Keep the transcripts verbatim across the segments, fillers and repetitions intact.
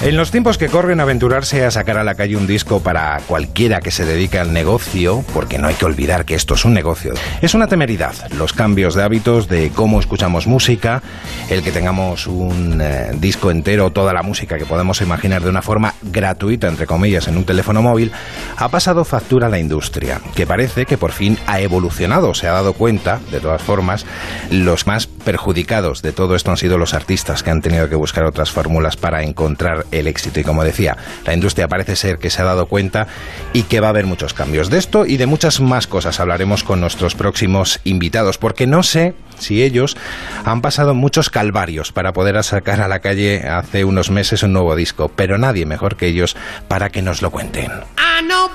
En los tiempos que corren, aventurarse a sacar a la calle un disco para cualquiera que se dedique al negocio, porque no hay que olvidar que esto es un negocio, es una temeridad. Los cambios de hábitos, de cómo escuchamos música, el que tengamos un eh, disco entero, toda la música que podemos imaginar de una forma gratuita, entre comillas, en un teléfono móvil, ha pasado factura a la industria, que parece que por fin ha evolucionado. Se ha dado cuenta, de todas formas, los más perjudicados de todo esto han sido los artistas, que han tenido que buscar otras fórmulas para encontrar el éxito. Y como decía, la industria parece ser que se ha dado cuenta y que va a haber muchos cambios. De esto y de muchas más cosas hablaremos con nuestros próximos invitados, porque no sé si ellos han pasado muchos calvarios para poder sacar a la calle hace unos meses un nuevo disco, pero nadie mejor que ellos para que nos lo cuenten. I know,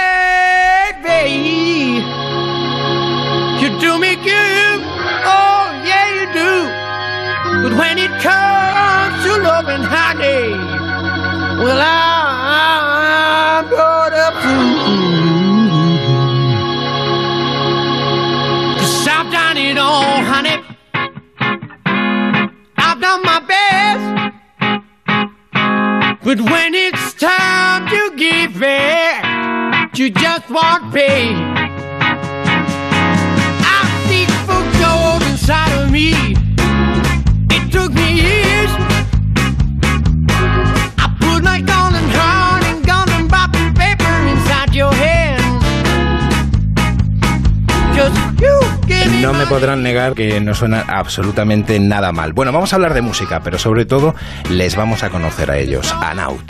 baby, you do me good, oh yeah you do, but when it comes to loving honey, well I'm not a fool, 'cause I've done it all, honey, I've done my best, but when it's time to give back, you just won't pay. I seek for gold inside of me. It took me years. I put my golden heart and golden wrapping paper inside your hands. Just you give me. No me podrán negar que no suena absolutamente nada mal. Bueno, vamos a hablar de música, pero sobre todo les vamos a conocer a ellos, a Naut.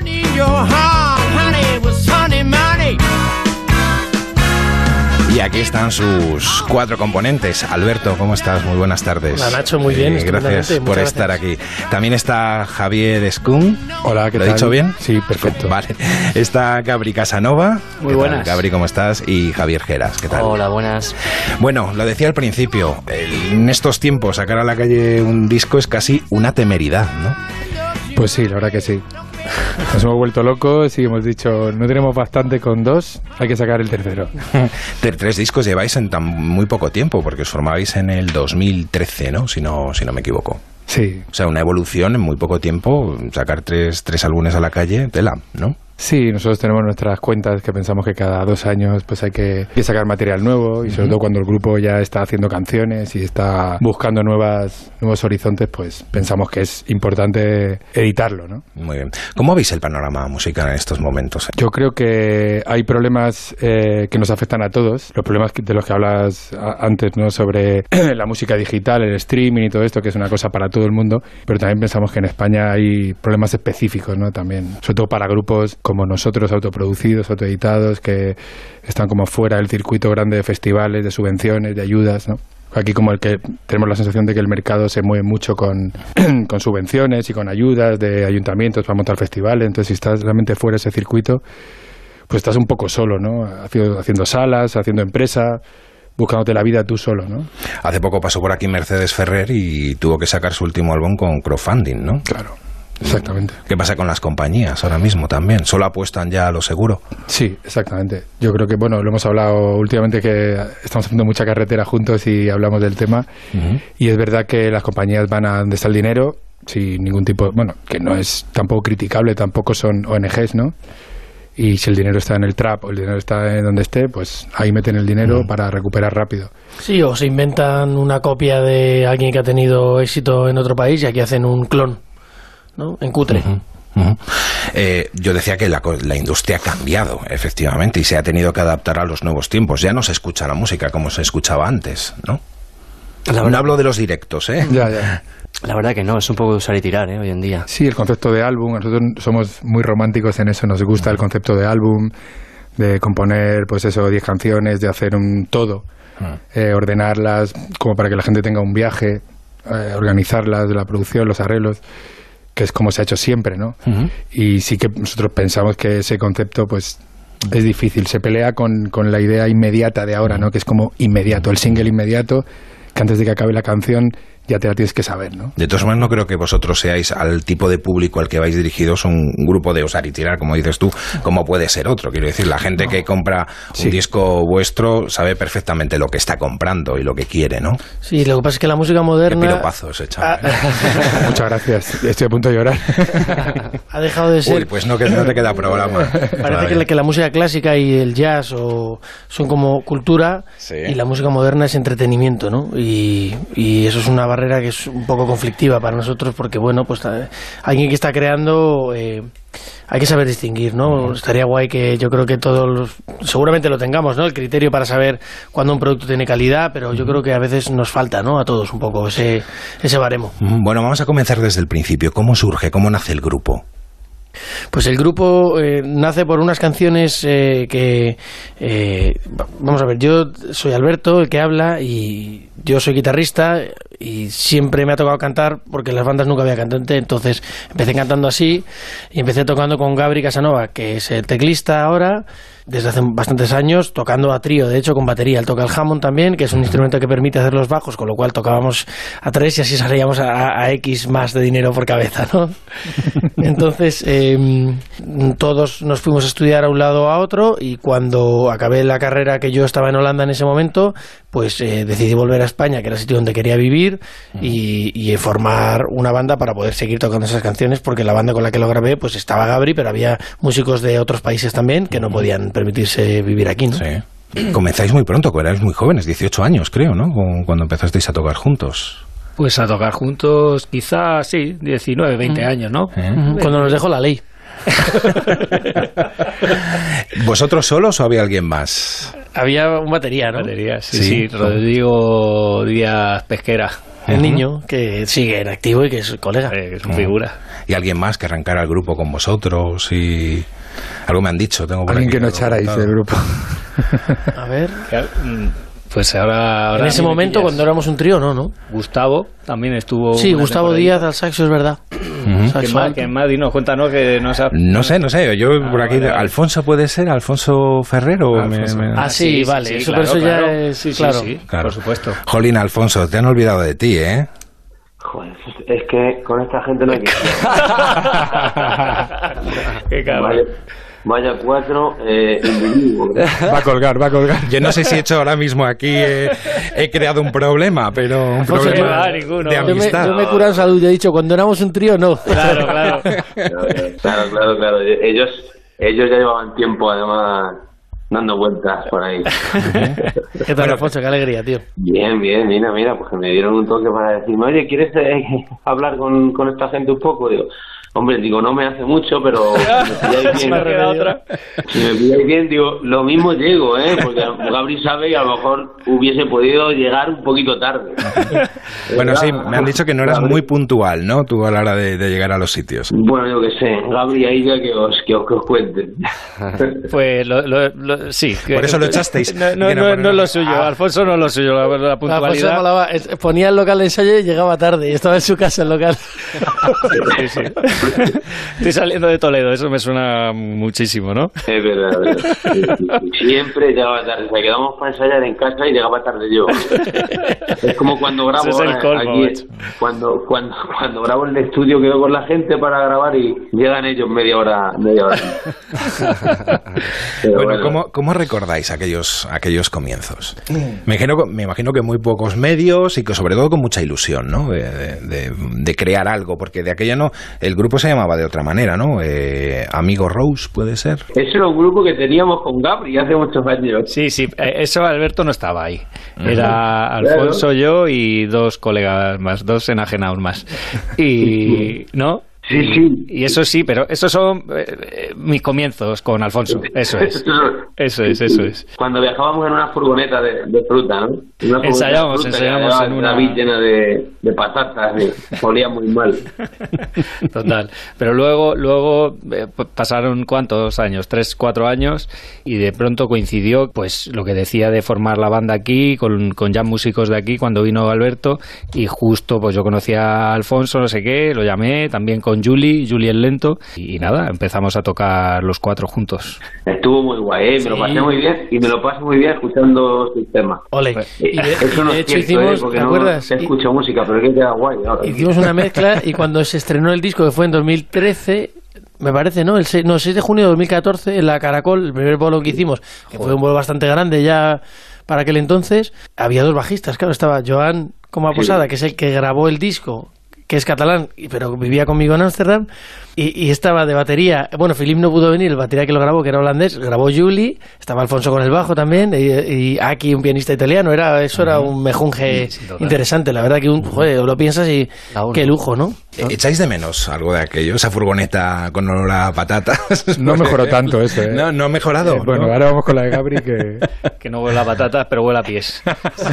Y aquí están sus cuatro componentes. Alberto, ¿cómo estás? Muy buenas tardes. Hola, Nacho, muy bien. Eh, gracias por gracias. estar aquí. También está Javier Escún. Hola, ¿qué ¿Lo tal? he dicho bien? Sí, perfecto. Vale. Está Gabri Casanova. Muy ¿Qué buenas. tal, Gabri, ¿cómo estás? Y Javier Geras, ¿qué tal? Hola, buenas. Bueno, lo decía al principio, en estos tiempos sacar a la calle un disco es casi una temeridad, ¿no? Pues sí, la verdad que sí. Nos hemos vuelto locos y hemos dicho, no tenemos bastante con dos, hay que sacar el tercero. Tres discos lleváis en tan muy poco tiempo, porque os formabais en el dos mil trece, ¿no? Si no, si no me equivoco. Sí. O sea, una evolución en muy poco tiempo, sacar tres, tres álbumes a la calle, tela, ¿no? Sí, nosotros tenemos nuestras cuentas que pensamos que cada dos años pues hay que, hay que sacar material nuevo y sobre uh-huh. todo cuando el grupo ya está haciendo canciones y está buscando nuevas, nuevos horizontes, pues pensamos que es importante editarlo, ¿no? Muy bien. ¿Cómo veis el panorama musical en estos momentos? Yo creo que hay problemas eh, que nos afectan a todos, los problemas de los que hablas antes, ¿no? Sobre la música digital, el streaming y todo esto, que es una cosa para todo el mundo, pero también pensamos que en España hay problemas específicos, ¿no? También, sobre todo para grupos como nosotros, autoproducidos, autoeditados, que están como fuera del circuito grande de festivales, de subvenciones, de ayudas, ¿no? Aquí como el que tenemos la sensación de que el mercado se mueve mucho con, con subvenciones y con ayudas de ayuntamientos para montar festivales, entonces si estás realmente fuera de ese circuito, pues estás un poco solo, ¿no? Haciendo, haciendo salas, haciendo empresa, buscándote la vida tú solo, ¿no? Hace poco pasó por aquí Mercedes Ferrer y tuvo que sacar su último álbum con crowdfunding, ¿no? Claro. Exactamente. ¿Qué pasa con las compañías ahora mismo también? ¿Solo apuestan ya a lo seguro? Sí, exactamente. Yo creo que, bueno, lo hemos hablado últimamente que estamos haciendo mucha carretera juntos y hablamos del tema. Uh-huh. Y es verdad que las compañías van a donde está el dinero, sin ningún tipo, bueno, que no es tampoco criticable, tampoco son O N Ges, ¿no? Y si el dinero está en el trap o el dinero está en donde esté, pues ahí meten el dinero uh-huh. para recuperar rápido. Sí, o se inventan una copia de alguien que ha tenido éxito en otro país y aquí hacen un clon, ¿no? En cutre. Uh-huh. Uh-huh. Eh, yo decía que la, la industria ha cambiado, efectivamente, y se ha tenido que adaptar a los nuevos tiempos. Ya no se escucha la música como se escuchaba antes, ¿no? La no hablo de los directos, ¿eh? Ya, ya. La verdad que no, es un poco de usar y tirar, ¿eh? Hoy en día. Sí, el concepto de álbum, nosotros somos muy románticos en eso, nos gusta el concepto de álbum, de componer, pues eso, diez canciones, de hacer un todo, uh-huh. eh, ordenarlas como para que la gente tenga un viaje, eh, organizarlas, la producción, los arreglos, que es como se ha hecho siempre, ¿no? Uh-huh. Y sí que nosotros pensamos que ese concepto, pues, es difícil. Se pelea con, con la idea inmediata de ahora, ¿no? Que es como inmediato, el single inmediato, que antes de que acabe la canción ya te la tienes que saber, ¿no? De todas maneras, no creo que vosotros seáis al tipo de público al que vais dirigidos un grupo de usar y tirar, como dices tú, como puede ser otro. Quiero decir, la gente no. que compra un sí. disco vuestro sabe perfectamente lo que está comprando y lo que quiere, ¿no? Sí, lo que pasa es que la música moderna... Qué piropazo ese chaval. Ah. Muchas gracias. Estoy a punto de llorar. Ha dejado de ser... Uy, pues no, que no te queda programa. Parece que la, que la música clásica y el jazz o, son como cultura sí. y la música moderna es entretenimiento, ¿no? Y, y eso es una barrera que es un poco conflictiva para nosotros porque, bueno, pues alguien que está creando... Eh, hay que saber distinguir, ¿no? Uh-huh. Estaría guay que yo creo que todos los, seguramente lo tengamos, ¿no? El criterio para saber cuándo un producto tiene calidad, pero yo creo que a veces nos falta, ¿no? A todos un poco ese, ese baremo. Bueno, vamos a comenzar desde el principio. ¿Cómo surge? ¿Cómo nace el grupo? Pues el grupo eh, nace por unas canciones eh, que... Eh, vamos a ver, yo soy Alberto, el que habla, y yo soy guitarrista y siempre me ha tocado cantar porque en las bandas nunca había cantante, entonces empecé cantando así y empecé tocando con Gabri Casanova, que es el teclista ahora, desde hace bastantes años, tocando a trío, de hecho con batería. Él toca el Hammond también, que es un instrumento que permite hacer los bajos, con lo cual tocábamos a tres y así salíamos a, a X más de dinero por cabeza, ¿no? Entonces eh, todos nos fuimos a estudiar a un lado a otro y cuando acabé la carrera, que yo estaba en Holanda en ese momento, pues eh, decidí volver a España, que era el sitio donde quería vivir, y, y formar una banda para poder seguir tocando esas canciones, porque la banda con la que lo grabé pues estaba Gabri, pero había músicos de otros países también que no podían permitirse vivir aquí, ¿no? Sí. Comenzáis muy pronto, erais muy jóvenes, dieciocho años creo, ¿no? Cuando empezasteis a tocar juntos. Pues a tocar juntos quizás, sí, diecinueve, veinte años, ¿no? ¿Eh? Cuando nos dejó la ley. ¿Vosotros solos o había alguien más? Había un batería, ¿no? Batería, sí, sí, sí, Rodrigo Díaz Pesquera. El uh-huh. niño que sigue en activo y que es colega. Eh, que es una uh-huh. figura. ¿Y alguien más que arrancara el grupo con vosotros? Y algo me han dicho. Tengo por alguien aquí, que no echarais del grupo. A ver... Pues ahora, ahora en ese momento cuando éramos un trío, no, ¿no? Gustavo también estuvo. Sí, Gustavo Díaz al saxo, es verdad. Uh-huh. ¿Quién más? ¿Quién más? Dinos, cuéntanos que no sabes. No sé, no sé. Yo ah, por aquí vale, vale. Alfonso puede ser, Alfonso Ferrero. Alfonso. Me, me... Ah, sí, sí vale. Sí, sí, eso, claro, eso claro. ya es, sí, claro. Sí, sí, claro. Por supuesto. Jolín, Alfonso, te han olvidado de ti, ¿eh? Joder, es que con esta gente no hay que. Qué cabrón. Vale. Vaya cuatro eh, individuos. Va a colgar, va a colgar. Yo no sé si he hecho ahora mismo aquí, eh, he creado un problema, pero un Alfonso, problema no, ninguno. de amistad. Yo me, yo me he curado en salud, yo he dicho, cuando éramos un trío, no. Claro, claro. Claro, claro, claro. Ellos, ellos ya llevaban tiempo, además, dando vueltas por ahí. ¿Qué tal, Alfonso? Qué alegría, tío. Bien, bien, mira, mira, pues que me dieron un toque para decirme, oye, ¿quieres eh, hablar con, con esta gente un poco? Digo, hombre, digo, no me hace mucho, pero si me pilláis bien, otra. si me pilláis bien, digo, lo mismo llego, ¿eh? Porque Gabri sabe y a lo mejor hubiese podido llegar un poquito tarde. Bueno, sí, me han dicho que no eras Gabri. muy puntual, ¿no? Tú a la hora de, de llegar a los sitios. Bueno, yo qué sé, Gabri, ahí ya que os, que os, que os cuenten. Pues lo, lo, lo, sí. Que, Por eso lo echasteis. No, no, no, no es lo suyo, ah. Alfonso no es lo suyo, la, la puntualidad. Malaba, ponía el local de ensayo y llegaba tarde, y estaba en su casa el local. Sí, sí. Estoy saliendo de Toledo, eso me suena muchísimo, ¿no? Es verdad, es verdad. Siempre llegaba tarde, o sea, quedamos para ensayar en casa y llegaba tarde yo. Es como cuando grabo es el colmo, aquí, cuando, cuando, cuando grabo en el estudio quedo con la gente para grabar y llegan ellos media hora, media hora. Bueno, bueno. ¿cómo, ¿cómo recordáis aquellos, aquellos comienzos? Me imagino, me imagino que muy pocos medios y que sobre todo con mucha ilusión, ¿no? De, de, de crear algo, porque de aquella no, el grupo se llamaba de otra manera, ¿no? Eh, Amigo Rose, ¿puede ser? Ese era un grupo que teníamos con Gabri hace muchos años. Sí, sí, eso Alberto no estaba ahí. Era Alfonso, claro. Yo y dos colegas más, dos enajenados más. Y, ¿no? Sí, sí. Y eso sí, pero esos son eh, mis comienzos con Alfonso. Eso es. Eso es, eso es. Cuando viajábamos en una furgoneta de, de fruta, ¿no? Una ensayamos, ensayamos en una vida llena de, de patatas, y olía muy mal. Total. Pero luego, luego eh, pasaron cuántos años, tres, cuatro años, y de pronto coincidió, pues, lo que decía de formar la banda aquí con, con ya músicos de aquí cuando vino Alberto, y justo, pues, yo conocía a Alfonso, no sé qué, lo llamé, también con con Juli, Juli el lento, y, y nada, empezamos a tocar los cuatro juntos. Estuvo muy guay, ¿eh? Me sí. lo pasé muy bien y me lo paso muy bien escuchando sus temas. Ole. Y de, Eso no de hecho es cierto, hicimos, ¿eh? Porque ¿te acuerdas? No escucho música, pero es que queda guay ahora. Hicimos una mezcla y cuando se estrenó el disco, que fue en dos mil trece... Me parece, ¿no? El seis, no, seis de junio de dos mil catorce, en la Caracol, el primer bolo que hicimos, que Joder. fue un bolo bastante grande ya para aquel entonces, había dos bajistas, claro, estaba Joan Coma Posada, sí. que es el que grabó el disco, que es catalán, pero vivía conmigo en Ámsterdam, y, y estaba de batería, bueno, Philip no pudo venir, el batería que lo grabó, que era holandés, grabó Juli, estaba Alfonso con el bajo también, y, y aquí un pianista italiano, era eso era un mejunje sí, sí, interesante, la verdad que un, joder, lo piensas y qué lujo, ¿no? ¿Echáis de menos algo de aquello? Esa furgoneta con olor a patatas. No mejoró tanto eso, ¿eh? No, no ha mejorado. Eh, bueno, ¿no? Ahora vamos con la de Gabri que... que no huele a patatas, pero huele a pies.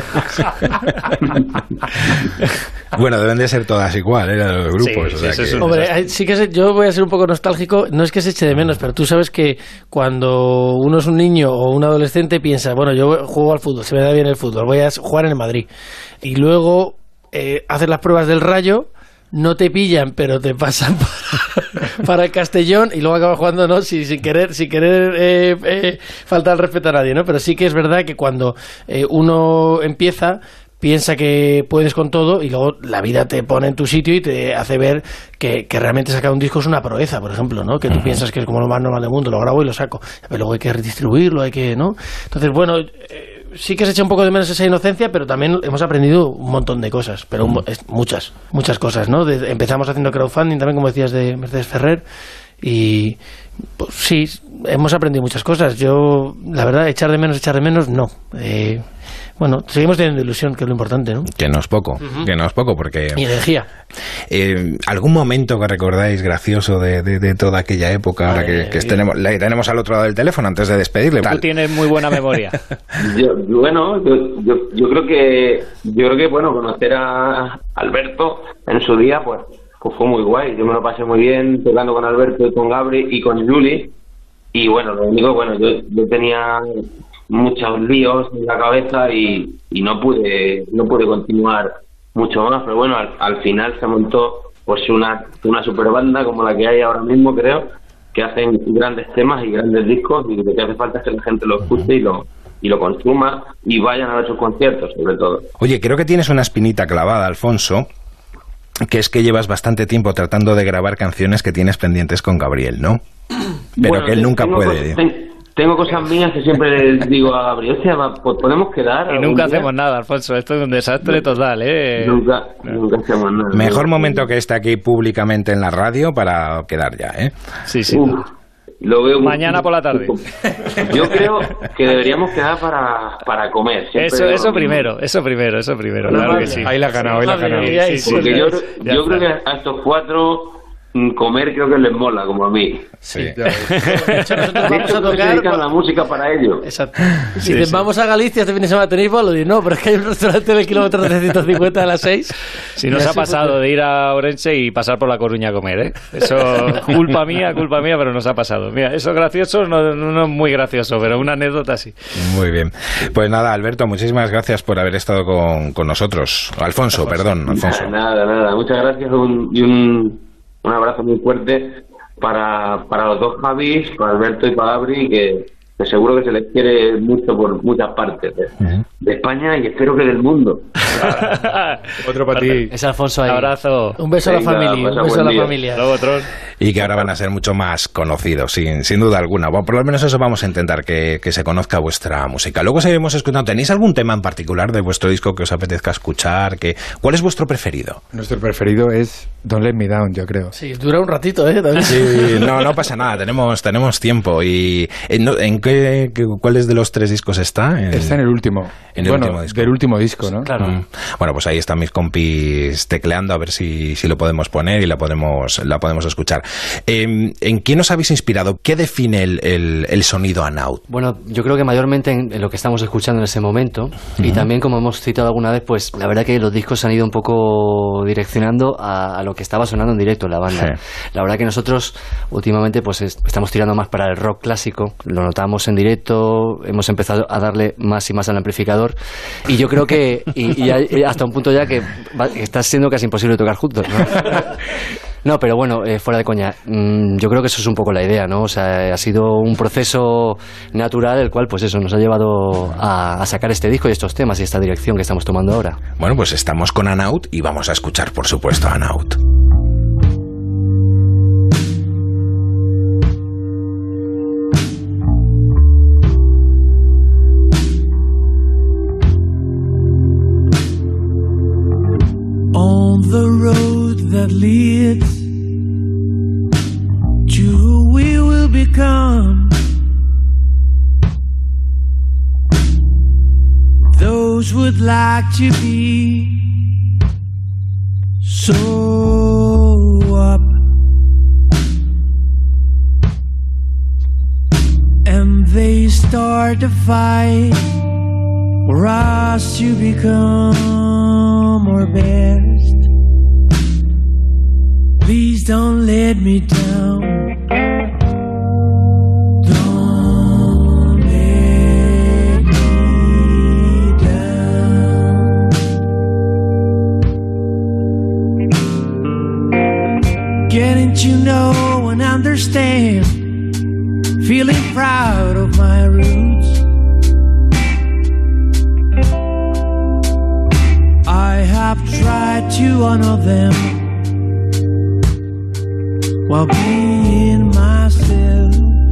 Bueno, deben de ser todas igual, ¿eh? Los grupos. Sí, o sea sí, que... sí, Hombre, sí que se, yo voy a ser un poco nostálgico, no es que se eche de menos, pero tú sabes que cuando uno es un niño o un adolescente piensa, bueno, yo juego al fútbol, se me da bien el fútbol, voy a jugar en el Madrid. Y luego eh, haces las pruebas del Rayo, no te pillan, pero te pasan para, para el Castellón y luego acabas jugando, ¿no? Sin, sin querer, sin querer eh, eh, faltar al respeto a nadie, ¿no? Pero sí que es verdad que cuando eh, uno empieza, piensa que puedes con todo y luego la vida te pone en tu sitio y te hace ver que, que realmente sacar un disco es una proeza, por ejemplo, ¿no? Que tú uh-huh. piensas que es como lo más normal del mundo, lo grabo y lo saco, pero luego hay que redistribuirlo, hay que, ¿no? Entonces, bueno... Eh, sí que se echa un poco de menos esa inocencia, pero también hemos aprendido un montón de cosas, pero un, es, muchas, muchas cosas, ¿no? De, empezamos haciendo crowdfunding también, como decías, de Mercedes Ferrer, y pues, sí, hemos aprendido muchas cosas. Yo, la verdad, echar de menos, echar de menos, no. Eh, bueno, seguimos teniendo ilusión, que es lo importante, ¿no? Que no es poco, uh-huh. que no es poco, porque... Y energía. Eh, ¿Algún momento que recordáis gracioso de, de, de toda aquella época, ahora que, que tenemos, le tenemos al otro lado del teléfono antes de despedirle? Tú tienes muy buena memoria. yo, bueno, yo, yo, yo creo que, yo creo que, bueno, conocer a Alberto en su día, pues, pues fue muy guay. Yo me lo pasé muy bien tocando con Alberto y con Gabri y con Juli. Y bueno, lo único, bueno, yo, yo tenía muchos líos en la cabeza y, y no pude no pude continuar mucho más, pero bueno, al, al final se montó pues una, una super banda como la que hay ahora mismo, creo, que hacen grandes temas y grandes discos, y lo que hace falta es que la gente lo escuche y lo y lo consuma y vayan a ver sus conciertos, sobre todo. Oye, creo que tienes una espinita clavada, Alfonso, que es que llevas bastante tiempo tratando de grabar canciones que tienes pendientes con Gabriel, ¿no? Pero bueno, que él nunca puede. Cosas, tengo cosas mías que siempre le digo a Gabriel, o sea, pues podemos quedar. Y nunca día? hacemos nada, Alfonso, esto es un desastre total, ¿eh? Nunca, no. nunca hacemos nada. Mejor momento que esté aquí públicamente en la radio para quedar ya, ¿eh? Sí, sí. Uf, lo veo mañana muy, por la tarde. Yo creo que deberíamos quedar para, para comer. Siempre eso eso primero, eso primero, eso primero, claro vale. que sí. Ahí la ha ganado, ahí la ha ganado. Sí, sí, porque sí, yo, ya yo creo que a estos cuatro comer creo que les mola, como a mí. Sí. De hecho, nosotros vamos a tocar... dedican la música para ello. Exacto. Si sí, sí. vamos a Galicia este fin de semana, ¿tenéis bolo? No, pero es que hay un restaurante del kilómetro trescientos cincuenta a las seis. Si nos ha pasado porque... de ir a Orense y pasar por La Coruña a comer, ¿eh? Eso, culpa mía, culpa mía, pero nos ha pasado. Mira, eso gracioso, no, no es muy gracioso, pero una anécdota sí. Muy bien. Pues nada, Alberto, muchísimas gracias por haber estado con, con nosotros. Alfonso, Alfonso, perdón, Alfonso. Nada, nada, muchas gracias un, y un... un abrazo muy fuerte para, para los dos Javis, para Alberto y para Gabri, que, que seguro que se les quiere mucho por muchas partes de, uh-huh. de España y espero que del mundo. Otro para ti. Es Alfonso ahí. Un abrazo. Un beso Venga, a la familia. Un beso a la día. familia. Luego otros. Y que ahora van a ser mucho más conocidos, sin, sin duda alguna. Bueno, por lo menos eso vamos a intentar, que, que se conozca vuestra música. Luego seguiremos escuchando. ¿Tenéis algún tema en particular de vuestro disco que os apetezca escuchar? Que, ¿cuál es vuestro preferido? Nuestro preferido es Don't Let Me Down, yo creo. Sí, dura un ratito, ¿eh? También. Sí, no, no pasa nada, tenemos, tenemos tiempo. ¿Y en, en qué, qué, cuáles de los tres discos está? En, está en el último. En el bueno, último disco. Del último disco, ¿no? Claro. Mm. Bueno, pues ahí están mis compis tecleando a ver si, si lo podemos poner y la podemos, la podemos escuchar. Eh, ¿En quién os habéis inspirado? ¿Qué define el, el, el sonido Anaut? Bueno, yo creo que mayormente en, en lo que estamos escuchando en ese momento, uh-huh. y también, como hemos citado alguna vez, pues la verdad que los discos se han ido un poco direccionando a, a lo que estaba sonando en directo en la banda. Sí. La verdad que nosotros últimamente pues es, estamos tirando más para el rock clásico, lo notamos en directo, hemos empezado a darle más y más al amplificador, y yo creo que y, y, y hasta un punto ya que va, está siendo casi imposible tocar juntos, ¿no? No, pero bueno, eh, fuera de coña, mmm, yo creo que eso es un poco la idea, ¿no? O sea, ha sido un proceso natural el cual, pues eso, nos ha llevado a, a sacar este disco y estos temas y esta dirección que estamos tomando ahora. Bueno, pues estamos con Anaut y vamos a escuchar, por supuesto, a Anaut. On the road that leads to who we will become, those would like to be so up, and they start to fight for us to become our best. Please don't let me down. Don't let me down. Getting to know and understand, feeling proud of my roots. I have tried to honor them while being myself,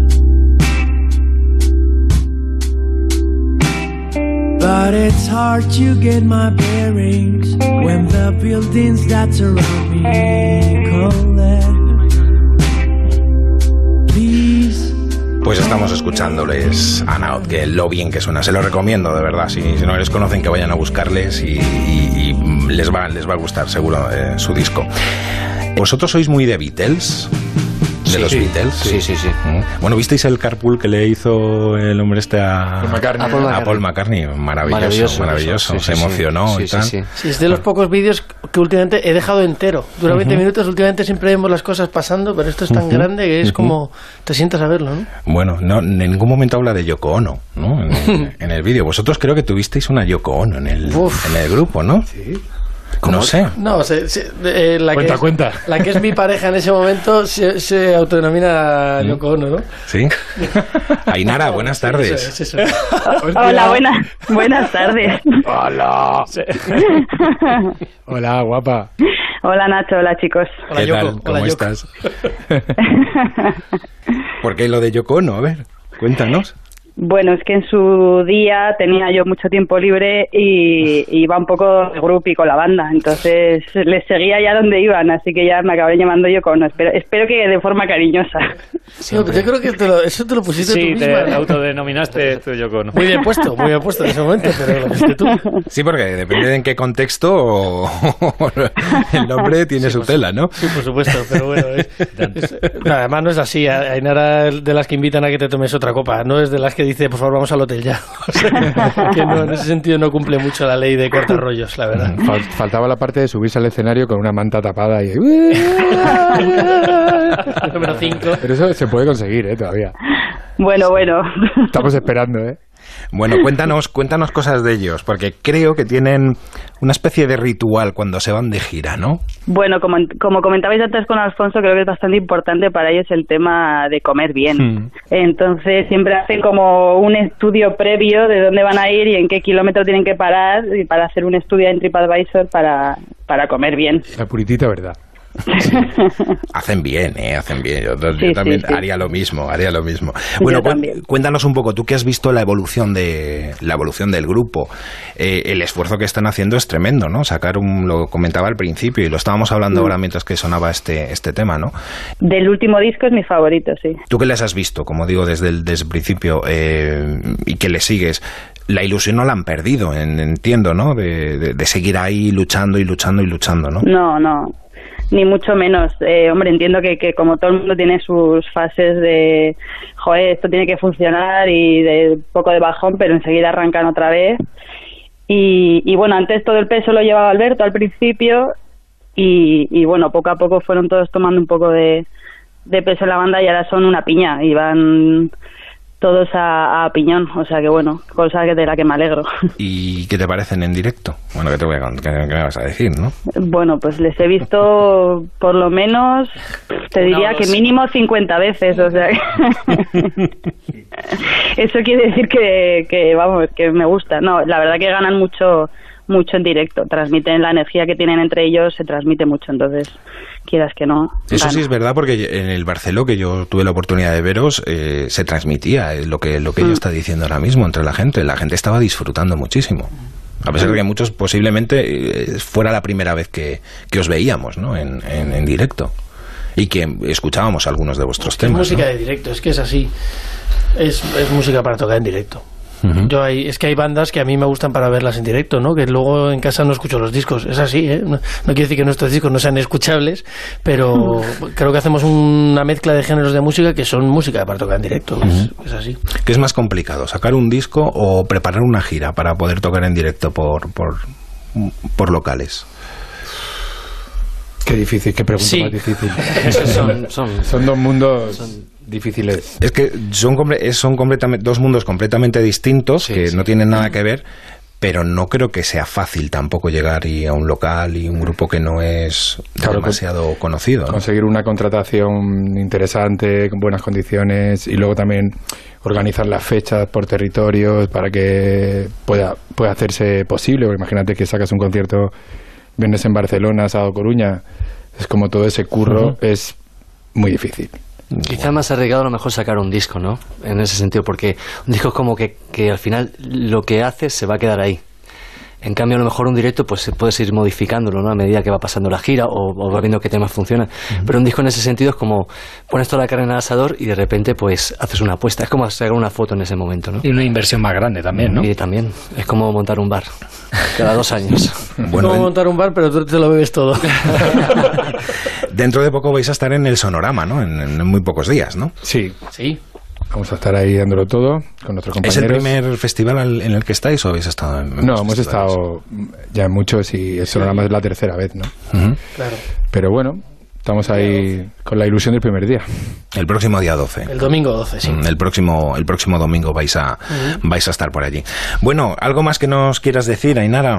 but it's hard to get my bearings when the buildings that surround me collapse. Please. Pues estamos escuchándoles a Anaut, que lo bien que suena, se lo recomiendo de verdad, si, si no les conocen que vayan a buscarles y, y, y les, va, les va a gustar seguro eh, su disco. ¿Vosotros sois muy de Beatles? ¿De sí, los sí. Beatles? Sí, sí, sí. Bueno, ¿visteis el carpool que le hizo el hombre este a Paul McCartney? A Paul A Paul McCartney? Maravilloso, maravilloso. Maravilloso, sí, se sí, emocionó sí, y sí, tal. sí, sí. Sí, es de los pocos vídeos que últimamente he dejado entero. Dura veinte uh-huh. minutos, últimamente siempre vemos las cosas pasando, pero esto es tan uh-huh. grande que es uh-huh. como te sientas a verlo, ¿no? Bueno, no, en ningún momento habla de Yoko Ono, ¿no? En, en el vídeo. Vosotros creo que tuvisteis una Yoko Ono en el, en el grupo, ¿no? Sí. No sé. No, se, se, eh, la, cuenta, que es, cuenta. la que es mi pareja en ese momento se, se autodenomina ¿Mm? Yoko Ono, ¿no? Sí. Ainara, buenas tardes. Eso es, eso es. Hola, buenas, buenas tardes. Hola. Sí. Hola, guapa. Hola, Nacho. Hola, chicos. Hola, ¿Qué Yoko. tal? ¿Cómo Hola, estás? ¿Por qué lo de Yoko Ono? A ver, cuéntanos. Bueno, es que en su día tenía yo mucho tiempo libre y, y iba un poco de groupie con la banda, entonces les seguía ya donde iban, así que ya me acabé llamando Yoko Ono. Espero, espero que de forma cariñosa. Sí, yo creo que te lo, eso te lo pusiste sí, tú te misma. Sí, te autodenominaste tú, Yoko Ono. Muy bien puesto, muy bien puesto en ese momento, pero lo pusiste tú. Sí, porque depende de en qué contexto o, o el nombre tiene sí, su tela, ¿no? Sí, por supuesto, pero bueno, es, es, no, además no es así. Ainara es de las que invitan a que te tomes otra copa, no es de las que dice, por favor, vamos al hotel ya. O sea, que no, en ese sentido no cumple mucho la ley de cortar rollos, la verdad. Fal- faltaba la parte de subirse al escenario con una manta tapada y... Número cinco. Pero eso se puede conseguir, ¿eh? Todavía. Bueno, bueno. Estamos esperando, ¿eh? Bueno, cuéntanos, cuéntanos cosas de ellos, porque creo que tienen una especie de ritual cuando se van de gira, ¿no? Bueno, como, como comentabais antes con Alfonso, creo que es bastante importante para ellos el tema de comer bien. Hmm. Entonces siempre hacen como un estudio previo de dónde van a ir y en qué kilómetro tienen que parar y para hacer un estudio en TripAdvisor para, para comer bien. La puritita verdad. Sí. Hacen bien, ¿eh? Hacen bien. Yo, yo sí, también sí, sí. haría lo mismo, haría lo mismo. Bueno, cu- cuéntanos un poco, tú que has visto la evolución de la evolución del grupo, eh, el esfuerzo que están haciendo es tremendo, ¿no? Sacar un, lo comentaba al principio y lo estábamos hablando mm. ahora mientras que sonaba este este tema, ¿no? Del último disco es mi favorito, sí. Tú que les has visto, como digo, desde el, desde el principio eh, y que les sigues, la ilusión no la han perdido, en, entiendo, ¿no? De, de, de seguir ahí luchando y luchando y luchando, ¿no? No, no. Ni mucho menos. Eh, hombre, entiendo que, que como todo el mundo tiene sus fases de, joder, esto tiene que funcionar y de poco de bajón, pero enseguida arrancan otra vez. Y, y bueno, antes todo el peso lo llevaba Alberto al principio y, y bueno, poco a poco fueron todos tomando un poco de, de peso en la banda y ahora son una piña y van todos a, a piñón, o sea que bueno, cosa que de la que me alegro. ¿Y qué te parecen en directo? Bueno, ¿qué te voy a contar? ¿Qué, qué me vas a decir, no? Bueno, pues les he visto por lo menos, te diría no, que sí. mínimo cincuenta veces, o sea que eso quiere decir que, que, vamos, que me gusta. No, la verdad que ganan mucho mucho en directo, transmiten la energía que tienen entre ellos, se transmite mucho, entonces quieras que no. Eso gana. sí es verdad, porque en el Barceló, que yo tuve la oportunidad de veros, eh, se transmitía eh, lo que lo que Mm. ella está diciendo ahora mismo entre la gente. La gente estaba disfrutando muchísimo. A pesar de que muchos posiblemente eh, fuera la primera vez que, que os veíamos, ¿no? en, en, en directo. Y que escuchábamos algunos de vuestros Es temas. música ¿no? de directo, es que es así. Es, es música para tocar en directo. Ujú. Yo hay, es que hay bandas que a mí me gustan para verlas en directo, ¿no? Que luego en casa no escucho los discos. Es así, ¿eh? No, no quiere decir que nuestros discos no sean escuchables, pero creo que hacemos una mezcla de géneros de música que son música para tocar en directo. Es, es así. ¿Qué es más complicado, sacar un disco o preparar una gira para poder tocar en directo por, por, por locales? Qué difícil, qué pregunta Sí. más difícil. Son, son, Son dos mundos difíciles. Es que son, comple- son completamente, dos mundos completamente distintos, Sí, que sí. no tienen nada que ver, pero no creo que sea fácil tampoco llegar y a un local y un grupo que no es Claro, demasiado conocido, ¿no? Conseguir una contratación interesante, con buenas condiciones, y luego también organizar las fechas por territorios para que pueda, pueda hacerse posible. Porque imagínate que sacas un concierto, vienes en Barcelona, sábado Coruña, es como todo ese curro, Ujú. es muy difícil. Quizá más arriesgado a lo mejor sacar un disco, ¿no? En ese sentido, porque un disco es como que, que al final lo que haces se va a quedar ahí. En cambio, a lo mejor un directo, pues puedes ir modificándolo, ¿no? A medida que va pasando la gira o, o va viendo qué temas funcionan. Pero un disco en ese sentido es como pones toda la carne en el asador y de repente, pues haces una apuesta. Es como sacar una foto en ese momento, ¿no? Y una inversión más grande también, ¿no? Y también es como montar un bar cada dos años. Bueno, Como en- montar un bar, pero tú te lo bebes todo. dentro de poco vais a estar en el Sonorama, ¿no? En, en muy pocos días, ¿no? Sí, Sí. vamos a estar ahí dándolo todo con nuestros ¿Es el compañeros. primer festival al- en el que estáis o habéis estado en en No, más hemos festivales? estado ya en muchos y eso nada más es la tercera vez, ¿no? Ujú. Claro. Pero bueno, estamos ahí con la ilusión del primer día. El próximo día doce. El domingo doce, sí. Mm, El próximo, el próximo domingo vais a, vais a estar por allí. Bueno, ¿algo más que nos quieras decir, Ainara?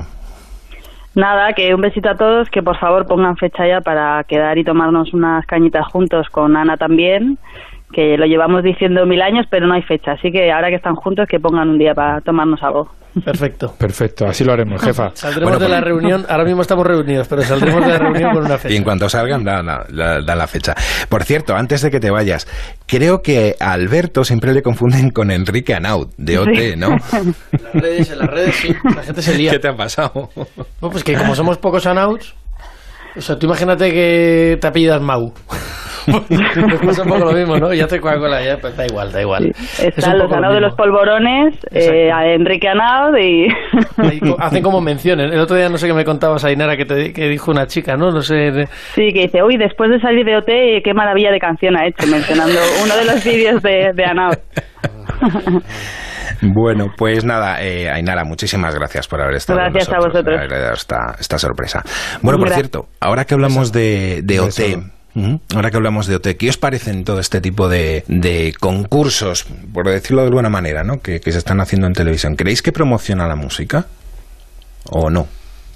Nada, que un besito a todos, que por favor pongan fecha ya para quedar y tomarnos unas cañitas juntos con Ana también, que lo llevamos diciendo mil años, pero no hay fecha, así que ahora que están juntos que pongan un día para tomarnos algo. Perfecto. Perfecto, así lo haremos, jefa. Saldremos Bueno, de la pues- reunión, ahora mismo estamos reunidos, pero saldremos de la reunión con una fecha. Y en cuanto salgan, da, da- da- da la fecha. Por cierto, antes de que te vayas, creo que a Alberto siempre le confunden con Enrique Anaut, de O T, ¿no? En las redes, en las redes sí, la gente se lía. ¿Qué te ha pasado? No, pues que como somos pocos anauts, o sea, tú imagínate que te apellidas Mau. Pues pasa un poco lo mismo, ¿no? Y hace Coca-Cola, ya, pues da igual, da igual. Es un Están los poco lo Anaud de mismo. los polvorones, eh, a Enrique Anaud y... Ahí co- hacen como menciones. El otro día no sé qué me contabas, Ainara, que, te, que dijo una chica, ¿no? No sé. de- Sí, que dice, uy, después de salir de O T, qué maravilla de canción ha hecho, mencionando uno de los vídeos de, de Anaud. Bueno, pues nada, eh, Ainara, muchísimas gracias por haber estado con Gracias a nosotros, vosotros. por haber dado esta, esta sorpresa. Bueno, por Gra- cierto, ahora que hablamos de, de O T, Eso. ujú, ahora que hablamos de O T, ¿qué os parecen todo este tipo de, de concursos, por decirlo de alguna manera, ¿no? que, que se están haciendo en televisión? ¿Creéis que promociona la música o no?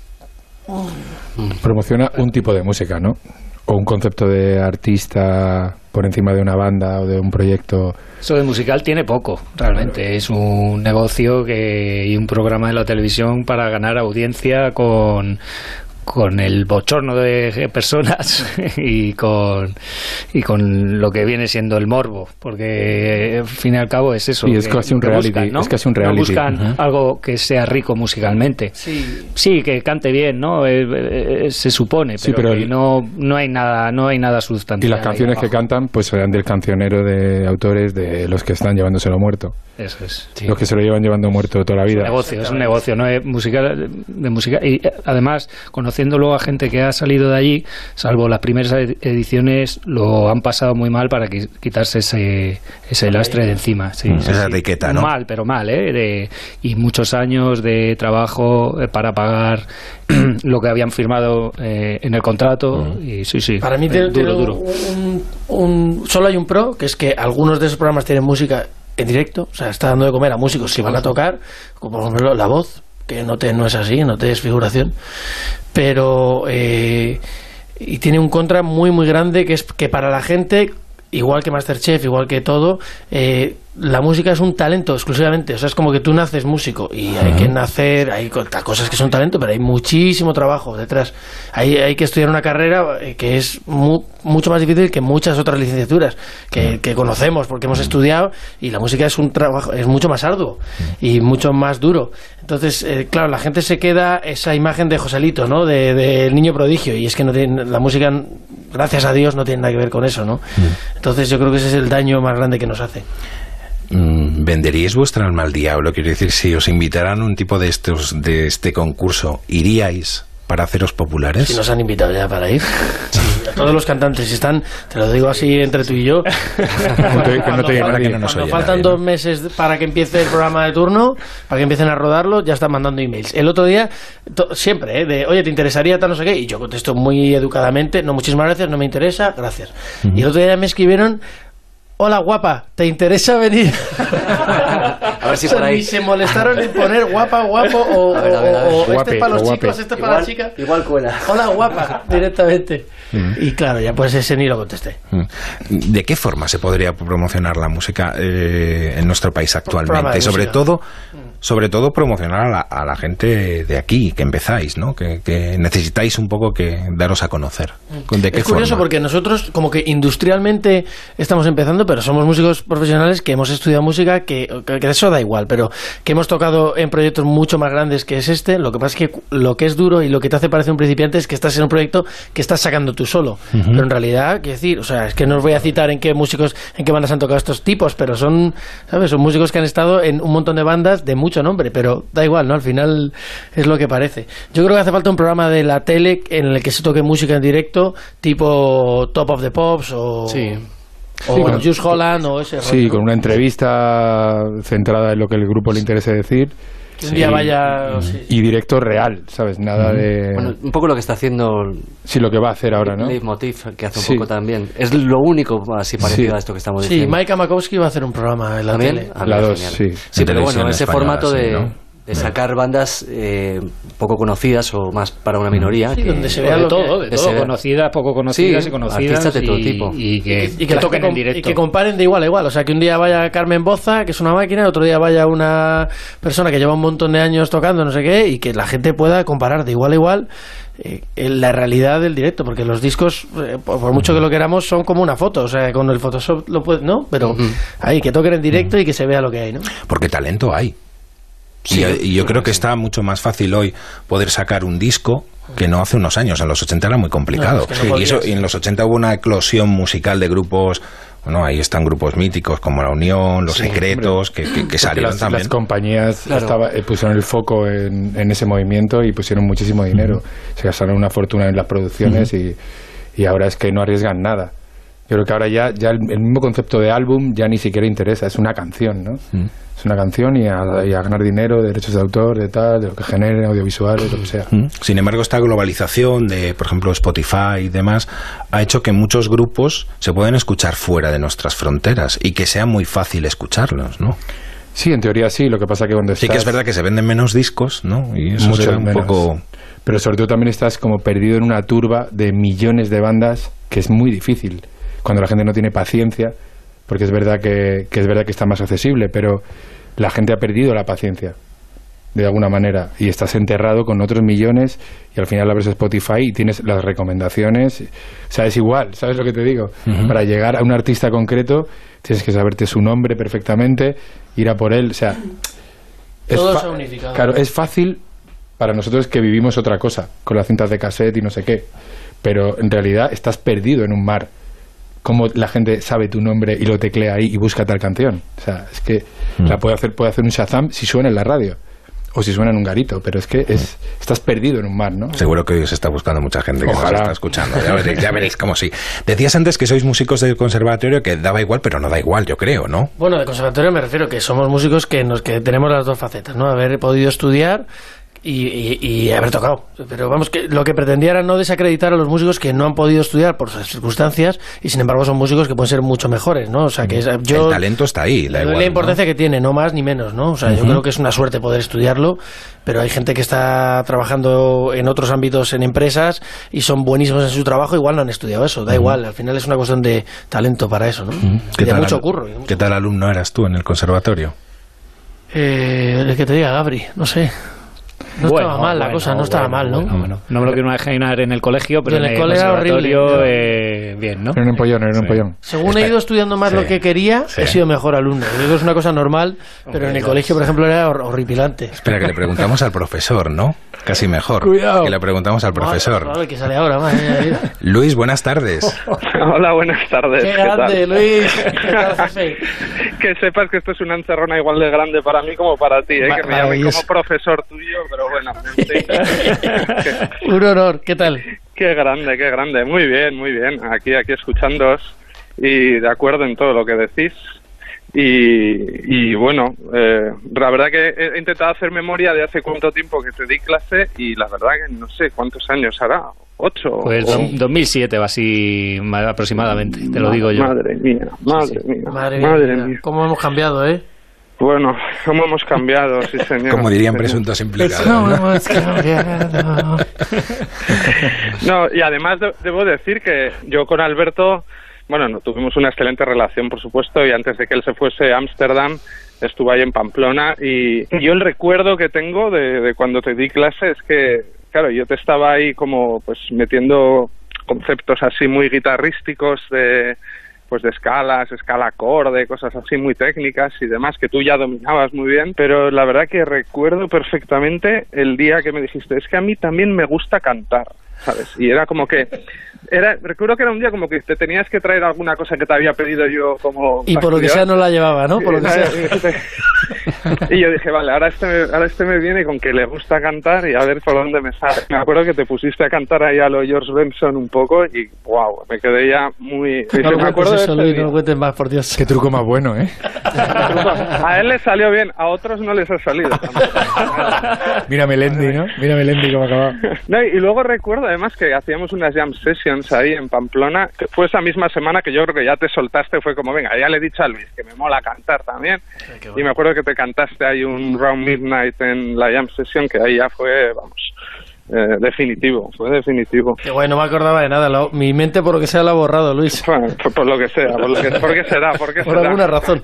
Promociona un tipo de música, ¿no? O un concepto de artista por encima de una banda o de un proyecto. Eso de musical tiene poco, realmente. Es un negocio que, y un programa de la televisión para ganar audiencia con, con el bochorno de personas y con, y con lo que viene siendo el morbo, porque al fin y al cabo es eso. Sí, es que- casi un que reality, buscan, ¿no? es casi un No reality. buscan Ujú. algo que sea rico musicalmente. Sí. Sí, que cante bien, ¿no? Eh, eh, se supone, Sí, pero, pero que el- no, no hay nada, no hay nada Y sustancial. las ahí canciones que abajo. cantan pues serán del cancionero de autores de los que están llevándoselo muerto. Eso es. Los que se lo llevan llevando muerto toda la vida. Negocio, es un negocio, no es música de música y eh, además conociéndolo a gente que ha salido de allí, salvo las primeras ed- ediciones, lo han pasado muy mal para qui- quitarse ese, ese lastre de encima, sí, Mm, sí, esa sí. etiqueta, ¿no? Mal, pero mal, ¿eh? De- y muchos años de trabajo eh, para pagar lo que habían firmado eh, en el contrato y sí, sí, Para mí eh, tiene, duro, tiene duro. Un, un- solo hay un pro, que es que algunos de esos programas tienen música en directo, o sea, está dando de comer a músicos si van a tocar, como por ejemplo la voz, que no te no es así, no te es figuración, pero eh, y tiene un contra muy muy grande, que es que para la gente, igual que MasterChef, igual que todo, eh, la música es un talento exclusivamente, o sea, es como que tú naces músico y hay que nacer, hay cosas que son talento, pero hay muchísimo trabajo detrás. Hay, hay que estudiar una carrera que es mu, mucho más difícil que muchas otras licenciaturas que, que conocemos porque hemos estudiado, y la música es un trabajo, es mucho más arduo y mucho más duro. Entonces, eh, claro, la gente se queda esa imagen de Joselito, ¿no? De, de el niño prodigio, y es que no tiene, la música, gracias a Dios, no tiene nada que ver con eso, ¿no? Entonces yo creo que ese es el daño más grande que nos hace. ¿Venderíais vuestra alma al diablo? Quiero decir, si os invitaran a un tipo de estos de este concurso, ¿iríais para haceros populares? Si nos han invitado ya para ir. Sí, a todos los cantantes, si están, te lo digo así entre tú y yo, cuando, que no te cuando, nadie, cuando no faltan nadie, dos ¿no? meses para que empiece el programa de turno, para que empiecen a rodarlo, ya están mandando emails. El otro día, to, siempre, ¿eh? De, oye, ¿te interesaría tal no sé qué? Y yo contesto muy educadamente, no, muchísimas gracias, no me interesa, gracias. Uh-huh. Y el otro día me escribieron: hola guapa, ¿te interesa venir? A ver si o sea, por ahí. ni se molestaron en poner guapa, guapo o, a ver, a ver, a ver. o, o Guape, este es para los o chicos, guape. este es para Igual, las chicas. igual cuela. Hola guapa, directamente. Mm. Y claro, ya pues ese ni lo contesté. ¿De qué forma se podría promocionar la música eh, en nuestro país actualmente? Y sobre música. todo, sobre todo promocionar a la, a la gente de aquí, que empezáis, ¿no? Que, que necesitáis un poco que daros a conocer. ¿De qué Es curioso forma? porque nosotros como que industrialmente estamos empezando, pero somos músicos profesionales que hemos estudiado música, que, que eso da igual, pero que hemos tocado en proyectos mucho más grandes que es este. Lo que pasa es que lo que es duro y lo que te hace parecer un principiante es que estás en un proyecto que estás sacando tú solo. Uh-huh. Pero en realidad, quiero decir, o sea, es que no os voy a citar en qué músicos, en qué bandas han tocado estos tipos, pero son, ¿sabes? Son músicos que han estado en un montón de bandas de mucho nombre, pero da igual, ¿no? Al final es lo que parece. Yo creo que hace falta un programa de la tele en el que se toque música en directo, tipo Top of the Pops o... Sí. O Sí, bueno, con, Just Holland o ese Sí, rollo, con una entrevista centrada en lo que el grupo le interese decir. que un Sí. día vaya... Sí. Y directo real, ¿sabes? Nada de... Bueno, un poco lo que está haciendo Sí, lo que va a hacer ahora, ¿no? Leitmotiv, que hace un Sí. poco también. Es lo único así parecido Sí. a esto que estamos Sí, diciendo. Mike Makowski va a hacer un programa en la ¿También? tele. Ah, La mira, dos, genial. sí. Sí, pero Televisión bueno, ese española, formato sí, de, ¿no? de sacar bandas eh, poco conocidas o más para una minoría. Sí, que, donde se De vea lo todo, que- de que todo, se vea. conocidas, poco conocidas Sí, y conocidas. artistas de todo y, tipo. Y que, y que, que la toquen gente en com- directo. y que comparen de igual a igual, o sea, que un día vaya Carmen Boza, que es una máquina, otro día vaya una persona que lleva un montón de años tocando, no sé qué, y que la gente pueda comparar de igual a igual eh, en la realidad del directo, porque los discos, eh, por, por mucho que lo queramos, son como una foto, o sea, con el Photoshop lo puede, ¿no? Pero Ujú. ahí, que toquen en directo y que se vea lo que hay, ¿no? Porque talento hay. Sí, y, y yo sí, creo que sí. está mucho más fácil hoy poder sacar un disco que no hace unos años. En los ochenta era muy complicado. No, es que no y, eso, podías. y en los ochenta hubo una eclosión musical de grupos. Bueno, ahí están grupos míticos como La Unión, Los Sí, Secretos, que, que, que Porque salieron las, también. las compañías Claro. estaba- eh, pusieron el foco en, en ese movimiento y pusieron muchísimo dinero. Se gastaron una fortuna en las producciones y, y ahora es que no arriesgan nada. Yo creo que ahora ya, ya el, el mismo concepto de álbum ya ni siquiera interesa, es una canción, ¿no? Es una canción y a, y a ganar dinero, derechos de autor, de tal, de lo que genere, audiovisuales, lo que sea. Mm. Sin embargo, esta globalización de, por ejemplo, Spotify y demás, ha hecho que muchos grupos se pueden escuchar fuera de nuestras fronteras y que sea muy fácil escucharlos, ¿no? Sí, en teoría sí, lo que pasa que cuando Sí estás... que es verdad que se venden menos discos, ¿no? Y eso Mucho será un menos. poco... Pero sobre todo también estás como perdido en una turba de millones de bandas que es muy difícil cuando la gente no tiene paciencia, porque es verdad que, que es verdad que está más accesible, pero la gente ha perdido la paciencia de alguna manera y estás enterrado con otros millones y al final abres Spotify y tienes las recomendaciones, o sea, es igual, ¿sabes lo que te digo? Ujú. Para llegar a un artista concreto tienes que saberte su nombre perfectamente, ir a por él, o sea, es Todo fa- se ha unificado. Claro, es fácil para nosotros que vivimos otra cosa, con las cintas de cassette y no sé qué, pero en realidad estás perdido en un mar. Cómo la gente sabe tu nombre y lo teclea ahí y busca tal canción. O sea, es que Mm. la puede hacer, puede hacer un Shazam si suena en la radio o si suena en un garito, pero es que es, estás perdido en un mar, ¿no? Seguro que hoy os está buscando mucha gente que Ojalá. nos está escuchando. Ya veréis, ya veréis cómo sí. Decías antes que sois músicos del conservatorio, que daba igual, pero no da igual, yo creo, ¿no? Bueno, de conservatorio me refiero que somos músicos que nos que tenemos las dos facetas, ¿no? Haber podido estudiar y, y, y haber tocado. Pero vamos, que lo que pretendía era no desacreditar a los músicos que no han podido estudiar por sus circunstancias y sin embargo son músicos que pueden ser mucho mejores, ¿no? O sea, que es, yo... El talento está ahí, da le doy igual, la importancia ¿no? que tiene, no más ni menos, ¿no? O sea, uh-huh. yo creo que es una suerte poder estudiarlo, pero hay gente que está trabajando en otros ámbitos en empresas y son buenísimos en su trabajo, igual no han estudiado eso, da uh-huh. igual, al final es una cuestión de talento para eso, ¿no? Uh-huh. ¿Qué y de tal, mucho curro. Y de mucho ¿Qué tal alumno eras tú en el conservatorio? Eh, el que te diga, Gabri, no sé. No bueno, estaba mal la bueno, cosa, no estaba bueno, mal, ¿no? Bueno, bueno. No me lo quiero imaginar en el colegio, pero en el, en el cole era conservatorio, horrible. Eh, bien, ¿no? Era un empollón, era un empollón. Según Espera. he ido estudiando más Sí. lo que quería, Sí. he sido mejor alumno. Yo creo que es una cosa normal, pero Hombre, en el no, colegio, por sí. ejemplo, era hor- horripilante. Espera, que le preguntamos al profesor, ¿no? Casi mejor. Cuidado. Que le preguntamos al profesor. Madre, que sale ahora, madre mía. Luis, buenas tardes. Hola, buenas tardes. ¡Qué ¿Qué grande, tal? Luis! ¿Qué tal, jefe? Que sepas que esto es una encerrona igual de grande para mí como para ti, ¿eh? Ma- que me llamen maravilloso. como profesor tuyo, pero bueno, en fin. Un honor, ¿qué tal? Qué grande, qué grande. Muy bien, muy bien. Aquí, aquí escuchándoos y de acuerdo en todo lo que decís. Y, y bueno, eh, la verdad que he intentado hacer memoria de hace cuánto tiempo que te di clase y la verdad que no sé cuántos años hará. ¿Ocho? Pues o... dos mil siete o así ma- aproximadamente, te lo digo yo. Madre mía, madre Sí, sí. mía, Madre, madre mía, mía. cómo hemos cambiado, ¿eh? Bueno, cómo hemos cambiado, sí señor. Como dirían Sí, presuntos implicados, ¿Cómo ¿no? hemos cambiado? No, y además de- debo decir que yo con Alberto, bueno, no, tuvimos una excelente relación, por supuesto, y antes de que él se fuese a Ámsterdam, estuve ahí en Pamplona, y yo el recuerdo que tengo de, de cuando te di clase es que, claro, yo te estaba ahí como pues metiendo conceptos así muy guitarrísticos de pues de escalas, escala acorde, cosas así muy técnicas y demás que tú ya dominabas muy bien, pero la verdad que recuerdo perfectamente el día que me dijiste, es que a mí también me gusta cantar, ¿sabes? Y era como que era, recuerdo que era un día como que te tenías que traer alguna cosa que te había pedido yo como Y por lo que sea no la llevaba, ¿no? Por lo que sea. Y yo dije, vale, ahora este, me, ahora este me viene con que le gusta cantar y a ver por dónde me sale. Me acuerdo que te pusiste a cantar ahí a lo George Benson un poco y wow, me quedé ya muy... No lo me acuerdo cuentes eso, de ese Luis, día. no lo cuentes más, por Dios. Qué truco más bueno, ¿eh? A él le salió bien, a otros no les ha salido. Mira Melendi, ¿no? Mira Melendi cómo acababa. No, y luego recuerdo además que hacíamos unas jam sessions ahí en Pamplona, que fue esa misma semana que yo creo que ya te soltaste, fue como, venga, ya le he dicho a Luis que me mola cantar también. Ay, qué Y bueno. me acuerdo que te cantaste ahí un Round Midnight en la jam session, que ahí ya fue, vamos, eh, definitivo, fue definitivo. Qué bueno, no me acordaba de nada. lo- mi mente, por lo que sea, lo ha borrado, Luis. Bueno, por, por lo que sea, por, lo que, ¿por qué será? ¿Por qué Por será? alguna razón.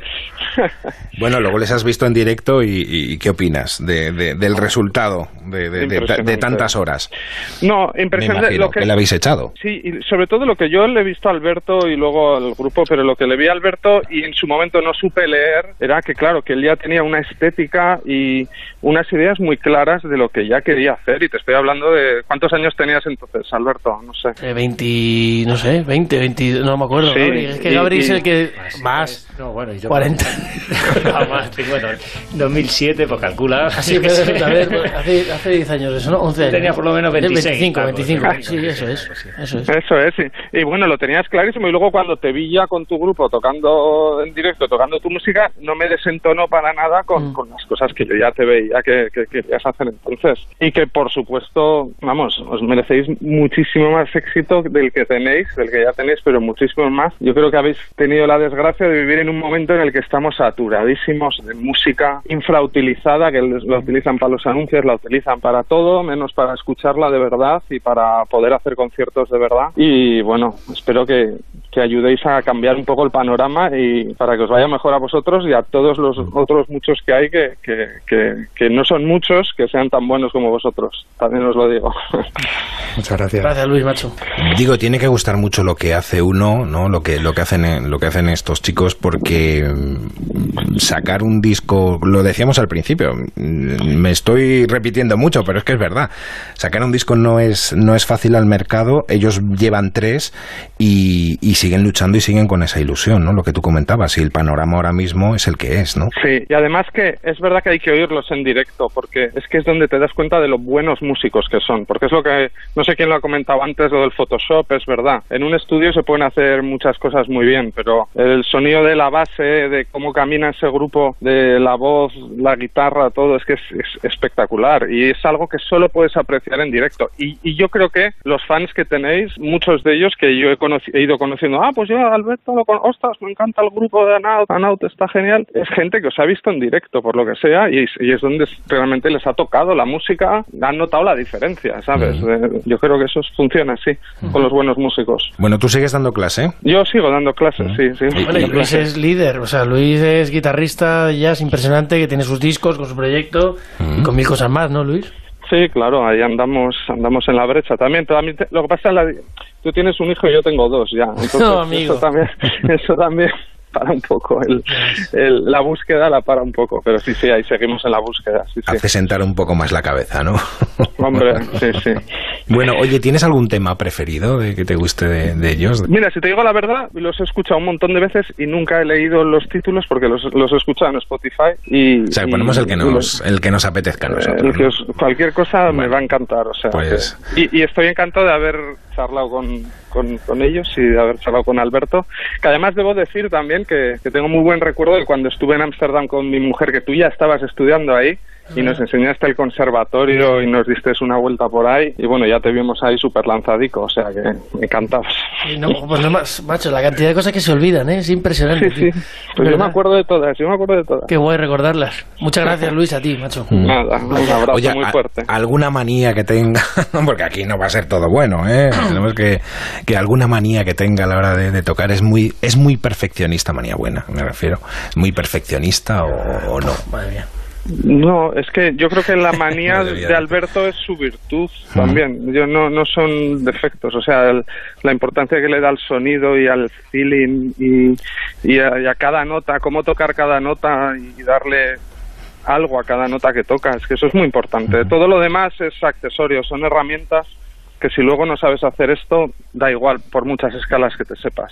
Bueno, luego les has visto en directo y, y ¿qué opinas de, de- del resultado de, de- de- Impresionante. de tantas horas? No, Me impresionante. imagino Lo que que le habéis echado. Sí, y sobre todo lo que yo le he visto a Alberto y luego al grupo, pero lo que le vi a Alberto y en su momento no supe leer era que, claro, que él ya tenía una estética y unas ideas muy claras de lo que ya quería hacer. Y te estoy hablando de... ¿Cuántos años tenías entonces, Alberto? No sé. Eh, veinte, no sé, veinte, veinte, no me acuerdo. Sí, Gabri. Es que y- Gabri y- es el que... Más, Más, No, bueno, y yo cuarenta. Ah, más, sí, bueno, dos mil siete, pues calcula. Así que, a ver, hace, hace diez años eso, ¿no? once años. Tenía por lo menos veintiséis, veinticinco, claro, veinticinco. sí, Sí, eso es. Eso es. Eso es, y, y bueno, lo tenías clarísimo. Y luego cuando te vi ya con tu grupo tocando en directo, tocando tu música, no me desentonó para nada con, Mm. con las cosas que yo ya te veía que, que querías hacer entonces. Y que por supuesto, vamos, os merecéis muchísimo más éxito del que tenéis, del que ya tenéis, pero muchísimo más. Yo creo que habéis tenido la desgracia de vivir en un momento en el que estamos saturadísimos de música infrautilizada, que la utilizan para los anuncios, la utilizan para todo, menos para escucharla de verdad y para poder hacer conciertos de verdad. Y bueno, espero que, que ayudéis a cambiar un poco el panorama y para que os vaya mejor a vosotros y a todos los otros muchos que hay, que, que, que, que no son muchos, que sean tan buenos como vosotros. También os lo digo. Muchas gracias. Gracias, Luis, macho. Digo, tiene que gustar mucho lo que hace uno, ¿no? Lo que lo que hacen lo que hacen estos chicos, porque mm, sacar un disco, lo decíamos al principio, mm, me estoy repitiendo mucho, pero es que es verdad. Sacar un disco no es no es fácil al mercado. Ellos llevan tres y, y siguen luchando y siguen con esa ilusión, ¿no? Lo que tú comentabas, y el panorama ahora mismo es el que es, ¿no? Sí, y además que es verdad que hay que oírlos en directo, porque es que es donde te das cuenta de lo buenos músicos que son, porque es lo que, no sé quién lo ha comentado antes, lo del Photoshop, es verdad. En un estudio se pueden hacer muchas cosas muy bien, pero el sonido de la base, de cómo camina ese grupo, de la voz, la guitarra, todo, es que es, es espectacular, y es algo que solo puedes apreciar en directo. Y, y yo creo que los fans que tenéis, muchos de ellos que yo he, conoci- he ido conociendo, ah, pues yo Alberto lo con, ostras, me encanta el grupo de Anaut, Anaut está genial, es gente que os ha visto en directo, por lo que sea, y, y es donde realmente les ha tocado la música, han notado la diferencia, ¿sabes? Uh-huh. Eh, yo creo que eso funciona así, uh-huh. con los buenos músicos. Bueno, ¿tú sigues dando clase? Yo sigo dando clases, uh-huh. sí, sí. Bueno, y Luis es líder, o sea, Luis es guitarrista de jazz impresionante, que tiene sus discos con su proyecto, uh-huh. y con mil cosas más, ¿no, Luis? Sí, claro, ahí andamos andamos en la brecha también. también te, lo que pasa es la, tú tienes un hijo y yo tengo dos ya. Entonces, no, amigo. Eso también, eso también para un poco. El, el, la búsqueda la para un poco, pero sí, sí, ahí seguimos en la búsqueda. Sí, sí. Hace sentar un poco más la cabeza, ¿no? Hombre, sí, sí. Bueno, oye, ¿tienes algún tema preferido de que te guste de, de ellos? Mira, si te digo la verdad, los he escuchado un montón de veces y nunca he leído los títulos porque los, los he escuchado en Spotify y... O sea, ponemos y, el que nos el que nos apetezca a nosotros, el que ¿no? os, cualquier cosa bueno, me va a encantar, o sea... Pues... Que, y, y estoy encantado de haber charlado con, con, con ellos y de haber charlado con Alberto, que además debo decir también que, que tengo muy buen recuerdo de cuando estuve en Ámsterdam con mi mujer, que tú ya estabas estudiando ahí, y nos enseñaste el conservatorio y nos diste una vuelta por ahí y bueno, ya te vimos ahí súper lanzadico, o sea que me encantabas. Y no, pues no más, macho, la cantidad de cosas que se olvidan, ¿eh? Es impresionante. Sí, sí, pues yo me acuerdo de todas, yo me acuerdo de todas. Qué guay recordarlas. Muchas gracias, Luis, a ti, macho. Nada, un abrazo. Oye, muy fuerte. A, alguna manía que tenga, porque aquí no va a ser todo bueno, ¿eh? Tenemos que, que alguna manía que tenga a la hora de, de tocar es muy, es muy perfeccionista, manía buena, me refiero. ¿Es muy perfeccionista o, o no? Madre mía. No, es que yo creo que la manía de Alberto es su virtud también. Yo no, no son defectos, o sea, el, la importancia que le da al sonido y al feeling y, y, a, y a cada nota, cómo tocar cada nota y darle algo a cada nota que toca, es que eso es muy importante. Todo lo demás es accesorio, son herramientas que si luego no sabes hacer esto, da igual por muchas escalas que te sepas.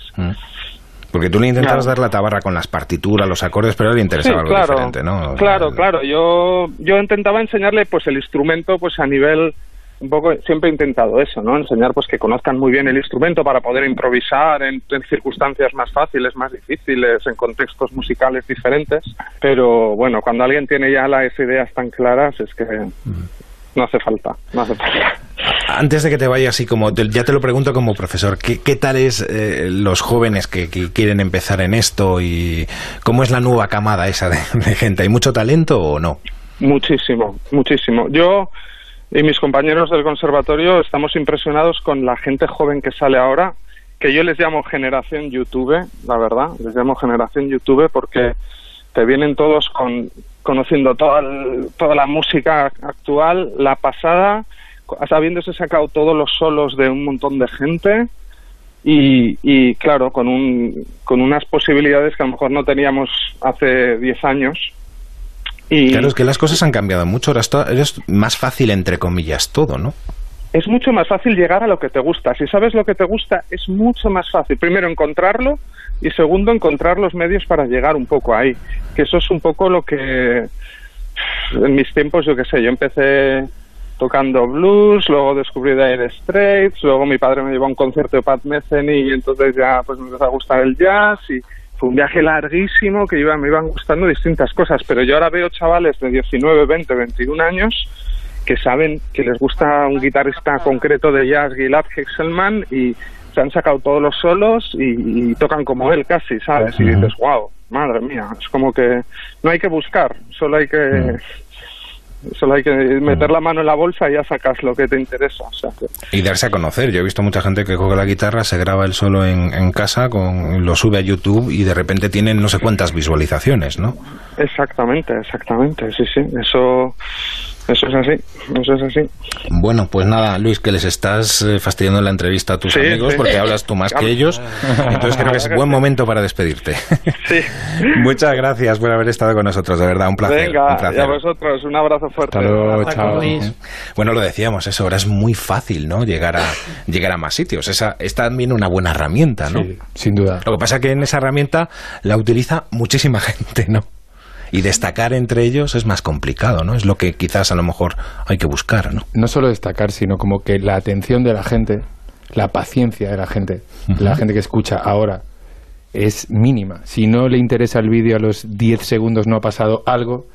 Porque tú le intentabas claro. dar la tabarra con las partituras, los acordes, pero a él le interesaba sí, algo claro, diferente, ¿no? O claro, sea, claro. Yo, yo intentaba enseñarle pues el instrumento pues a nivel... Un poco, siempre he intentado eso, ¿no? Enseñar pues que conozcan muy bien el instrumento para poder improvisar en, en circunstancias más fáciles, más difíciles, en contextos musicales diferentes. Pero bueno, cuando alguien tiene ya las ideas tan claras es que no hace falta, no hace falta. Antes de que te vayas, así como te, ya te lo pregunto como profesor, ¿qué, qué tal es eh, los jóvenes que, que quieren empezar en esto y cómo es la nueva camada esa de, de gente? ¿Hay mucho talento o no? Muchísimo, muchísimo. Yo y mis compañeros del conservatorio estamos impresionados con la gente joven que sale ahora, que yo les llamo generación YouTube, la verdad, les llamo generación YouTube porque te vienen todos con conociendo toda, el, toda la música actual, la pasada, habiéndose sacado todos los solos de un montón de gente y, y claro, con, un, con unas posibilidades que a lo mejor no teníamos hace diez años. Y claro, es que las cosas han cambiado mucho, ahora esto, es más fácil, entre comillas, todo, ¿no? Es mucho más fácil llegar a lo que te gusta. Si sabes lo que te gusta, es mucho más fácil. Primero, encontrarlo y segundo, encontrar los medios para llegar un poco ahí. Que eso es un poco lo que en mis tiempos, yo qué sé, yo empecé tocando blues, luego descubrí Dire Straits, luego mi padre me llevó a un concierto de Pat Metheny y entonces ya pues me empezó a gustar el jazz y fue un viaje larguísimo que iba, me iban gustando distintas cosas, pero yo ahora veo chavales de diecinueve, veinte, veintiún años que saben que les gusta un guitarrista concreto de jazz, Gilad Hexelman, y se han sacado todos los solos y, y tocan como él casi, ¿sabes? Y dices, wow, madre mía, es como que no hay que buscar, solo hay que... Solo hay que meter la mano en la bolsa y ya sacas lo que te interesa. O sea, que... Y darse a conocer. Yo he visto mucha gente que coge la guitarra, se graba el solo en, en casa, con, lo sube a YouTube y de repente tienen no sé cuántas visualizaciones, ¿no? Exactamente, exactamente. Sí, sí. Eso, Eso es así, eso es así. Bueno, pues nada, Luis, que les estás eh, fastidiando la entrevista a tus sí, amigos sí. porque hablas tú más que ellos, entonces creo que es buen momento para despedirte. Sí. Muchas gracias por haber estado con nosotros, de verdad, un placer. Venga, un placer. y a vosotros, un abrazo fuerte. Hasta luego, chao. Bueno, lo decíamos, eso, ahora es muy fácil, ¿no? Llegar a llegar a más sitios. Esa es también una buena herramienta, ¿no? Sí, sin duda. Lo que pasa es que en esa herramienta la utiliza muchísima gente, ¿no? Y destacar entre ellos es más complicado, ¿no? Es lo que quizás a lo mejor hay que buscar, ¿no? No solo destacar, sino como que la atención de la gente, la paciencia de la gente, uh-huh. la gente que escucha ahora, es mínima. Si no le interesa el vídeo, a los diez segundos no ha pasado algo,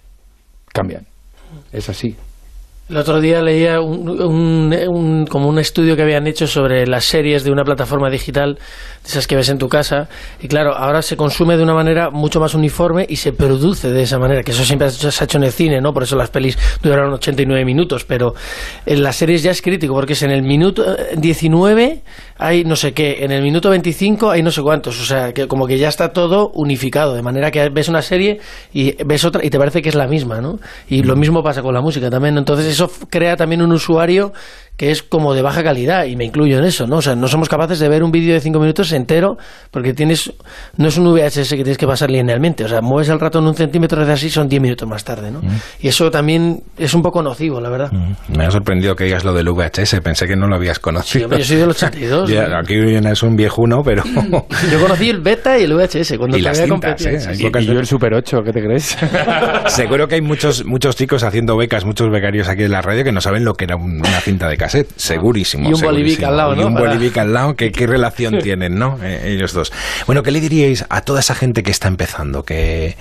cambian. Es así. El otro día leía un, un, un, como un estudio que habían hecho sobre las series de una plataforma digital, de esas que ves en tu casa, y claro, ahora se consume de una manera mucho más uniforme y se produce de esa manera, que eso siempre se ha hecho en el cine, ¿no? Por eso las pelis duraron ochenta y nueve minutos, pero en las series ya es crítico, porque es en el minuto diecinueve hay no sé qué, en el minuto veinticinco hay no sé cuántos, o sea, que como que ya está todo unificado, de manera que ves una serie y ves otra y te parece que es la misma, ¿no? Y lo mismo pasa con la música también, entonces eso crea también un usuario que es como de baja calidad, y me incluyo en eso, ¿no? O sea, no somos capaces de ver un vídeo de cinco minutos entero, porque tienes, no es un V H S que tienes que pasar linealmente, o sea, mueves el ratón un centímetro de así, son diez minutos más tarde, ¿no? Mm. Y eso también es un poco nocivo, la verdad. Mm. Me ha sorprendido que digas lo del V H S, pensé que no lo habías conocido. Sí, hombre, yo soy del ochenta y dos. Ya, aquí es un viejuno, pero... Yo conocí el beta y el V H S, cuando y las cintas, ¿eh? Y, y yo el Super ocho, ¿qué te crees? Seguro que hay muchos muchos chicos haciendo becas, muchos becarios aquí en la radio que no saben lo que era un, una cinta de cassette, segurísimo. Y un bolivic al lado, ¿no? Y un bolivic al lado, que qué relación tienen, ¿no? Eh, ellos dos. Bueno, ¿qué le diríais a toda esa gente que está empezando? Que...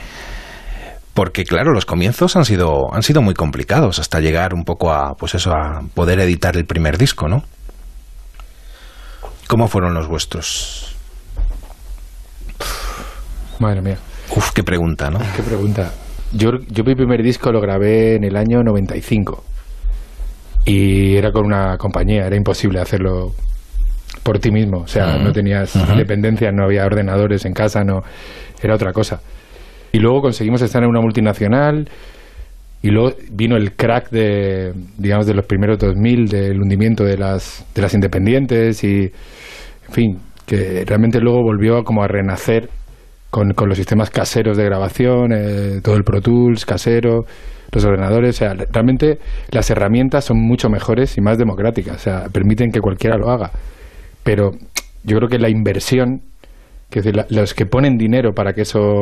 Porque, claro, los comienzos han sido, han sido muy complicados hasta llegar un poco a, pues eso, a poder editar el primer disco, ¿no? ¿Cómo fueron los vuestros? Madre mía. Uf, qué pregunta, ¿no? Qué pregunta. Yo, yo mi primer disco lo grabé en el año noventa y cinco. Y era con una compañía, era imposible hacerlo por ti mismo, o sea, uh-huh. no tenías uh-huh. independencia, no había ordenadores en casa, no, era otra cosa. Y luego conseguimos estar en una multinacional, y luego vino el crack de, digamos, de los primeros dos mil, del hundimiento de las, de las independientes, y, en fin, que realmente luego volvió como a renacer con, con los sistemas caseros de grabación, eh, todo el Pro Tools casero, los ordenadores, o sea, realmente las herramientas son mucho mejores y más democráticas, o sea, permiten que cualquiera lo haga. Pero yo creo que la inversión, que es decir, la, los que ponen dinero para que eso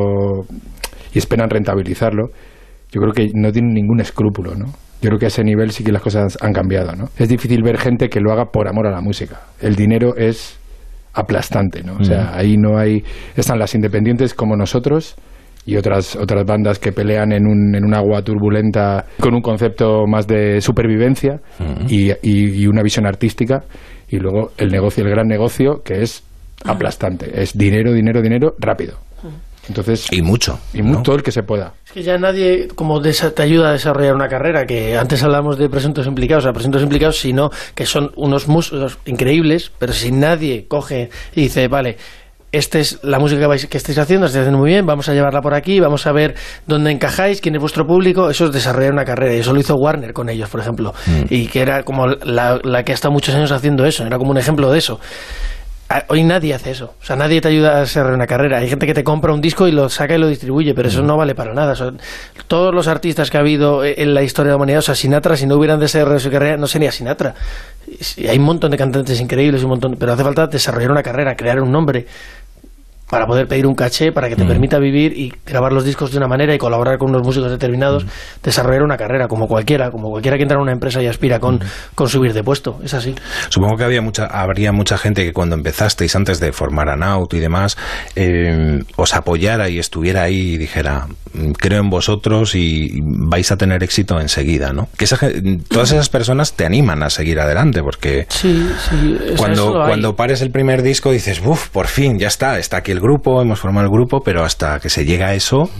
y esperan rentabilizarlo, yo creo que no tienen ningún escrúpulo, ¿no? Yo creo que a ese nivel sí que las cosas han cambiado, ¿no? Es difícil ver gente que lo haga por amor a la música. El dinero es aplastante, ¿no? O sea, ahí no hay... Están las independientes como nosotros y otras otras bandas que pelean en un, en un agua turbulenta con un concepto más de supervivencia uh-huh. y, y, y una visión artística, y luego el negocio, el gran negocio, que es aplastante, es dinero, dinero, dinero, rápido. Entonces, y mucho, y mucho, ¿no? todo el que se pueda. Es que ya nadie como desa- te ayuda a desarrollar una carrera, que antes hablamos de presuntos implicados, o sea, presuntos implicados, sino que son unos músicos increíbles, pero si nadie coge y dice, vale, esta es la música que, vais, que estáis haciendo, estáis haciendo muy bien, vamos a llevarla por aquí, vamos a ver dónde encajáis, quién es vuestro público, eso es desarrollar una carrera, y eso lo hizo Warner con ellos, por ejemplo, mm. y que era como la, la que ha estado muchos años haciendo eso, era como un ejemplo de eso. Hoy nadie hace eso, o sea, nadie te ayuda a desarrollar una carrera. Hay gente que te compra un disco y lo saca y lo distribuye, pero eso no vale para nada. O sea, todos los artistas que ha habido en la historia de la humanidad, o sea, Sinatra, si no hubieran desarrollado su carrera, no sería Sinatra. Hay un montón de cantantes increíbles, un montón, pero hace falta desarrollar una carrera, crear un nombre para poder pedir un caché, para que te mm. permita vivir y grabar los discos de una manera y colaborar con unos músicos determinados, mm. desarrollar una carrera, como cualquiera, como cualquiera que entra en una empresa y aspira con, mm. con subir de puesto, es así. Supongo que había mucha, habría mucha gente que cuando empezasteis, antes de formar Anaut y demás, eh, os apoyara y estuviera ahí y dijera, creo en vosotros y vais a tener éxito enseguida, ¿no? Que esa, todas esas personas te animan a seguir adelante, porque sí, sí, cuando, cuando pares el primer disco dices, uff, por fin, ya está, está aquí el grupo, hemos formado el grupo, pero hasta que se llega a eso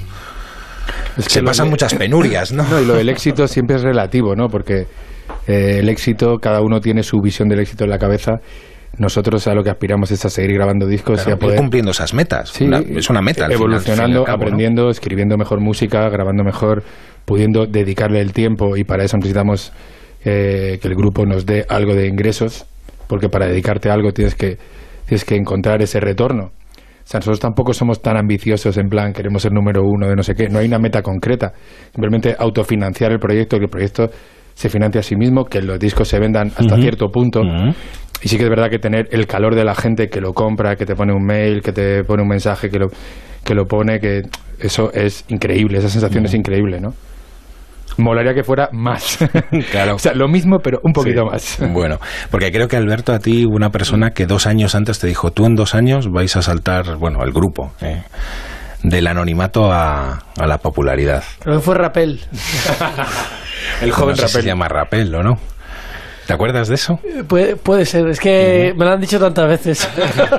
es que se pasan de... muchas penurias, ¿no? No, y lo del éxito siempre es relativo, ¿no? Porque eh, el éxito, cada uno tiene su visión del éxito en la cabeza. Nosotros a lo que aspiramos es a seguir grabando discos, claro, y a poder... ir cumpliendo esas metas. Sí, una, es una meta. Evolucionando, al final, al cabo, aprendiendo, ¿no? Escribiendo mejor música, grabando mejor. pudiendo dedicarle el tiempo, y para eso necesitamos eh, que el grupo nos dé algo de ingresos, porque para dedicarte a algo tienes que, tienes que encontrar ese retorno. O sea, nosotros tampoco somos tan ambiciosos en plan queremos ser número uno de no sé qué, no hay una meta concreta, simplemente autofinanciar el proyecto, que el proyecto se financie a sí mismo, que los discos se vendan hasta uh-huh. cierto punto. Uh-huh. Y sí que es verdad que tener el calor de la gente que lo compra, que te pone un mail, que te pone un mensaje, que lo, que lo pone, que eso es increíble, esa sensación uh-huh. es increíble, ¿no? Molaría que fuera más. Claro. O sea, lo mismo, pero un poquito sí. más. Bueno, porque creo que Alberto, a ti, una persona que dos años antes te dijo, tú en dos años vais a saltar, bueno, el grupo, eh, del anonimato a, a la popularidad. Creo que fue Rapel. El joven no sé Rapel. Se llama Rapel, ¿o no? ¿Te acuerdas de eso? Puede, puede ser, es que uh-huh. me lo han dicho tantas veces.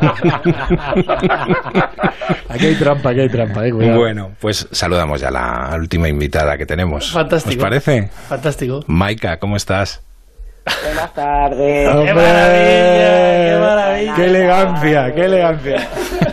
Aquí hay trampa, aquí hay trampa, eh, cuidado. Bueno, pues saludamos ya a la última invitada que tenemos. Fantástico. ¿Os parece? Fantástico. Maika, ¿cómo estás? Buenas tardes. ¡Qué maravilla! ¡Qué maravilla! ¡Qué elegancia! ¡Qué elegancia!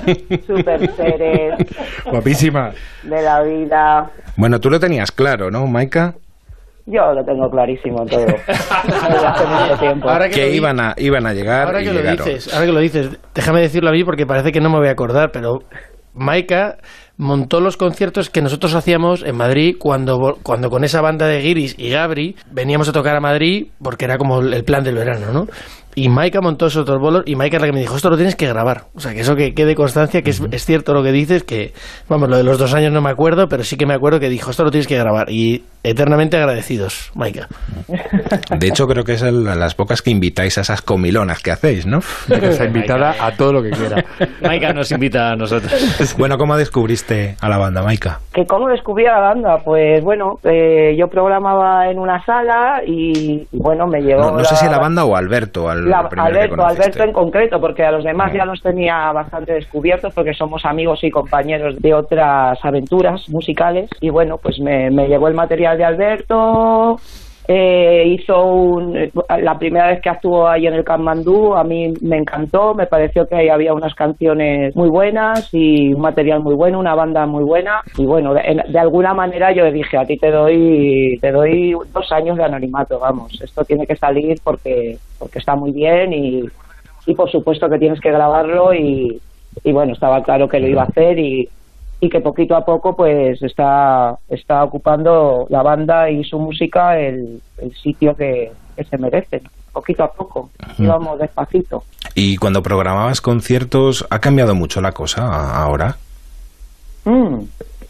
Super seres. Guapísima. De la vida. Bueno, tú lo tenías claro, ¿no, Maika? Yo lo tengo clarísimo todo. Hace mucho tiempo. Ahora que, que iban, a, iban a llegar ahora y que llegaron. Lo dices, ahora que lo dices, déjame decirlo a mí porque parece que no me voy a acordar, pero Maika montó los conciertos que nosotros hacíamos en Madrid cuando, cuando con esa banda de Guiris y Gabri veníamos a tocar a Madrid porque era como el plan del verano, ¿no? Y Maika montó esos otros bolos y Maika es la que me dijo, esto lo tienes que grabar. O sea, que eso que quede constancia, que es, es cierto lo que dices, que, vamos, lo de los dos años no me acuerdo, pero sí que me acuerdo que dijo, esto lo tienes que grabar. Y eternamente agradecidos, Maika. De hecho, creo que es el, las pocas que invitáis a esas comilonas que hacéis, ¿no? Está invitada a todo lo que quiera. Maika nos invita a nosotros. Bueno, ¿cómo descubriste a la banda, Maika? ¿Que cómo descubrí a la banda? Pues bueno, eh, yo programaba en una sala y, bueno, me llevó... No, no sé si a la banda o a Alberto, al la, Alberto, Alberto en concreto, porque a los demás ya los tenía bastante descubiertos porque somos amigos y compañeros de otras aventuras musicales y bueno, pues me, me llegó el material de Alberto, eh, hizo un, la primera vez que actuó ahí en el Katmandú, a mí me encantó, me pareció que ahí había unas canciones muy buenas y un material muy bueno, una banda muy buena y bueno, de, de alguna manera yo le dije, a ti te doy te doy dos años de anonimato, vamos, esto tiene que salir porque porque está muy bien y, y por supuesto que tienes que grabarlo y, y bueno, estaba claro que lo iba a hacer y, y que poquito a poco pues está está ocupando la banda y su música el, el sitio que, que se merecen, poquito a poco, íbamos despacito. ¿Y cuando programabas conciertos ha cambiado mucho la cosa ahora? Mm.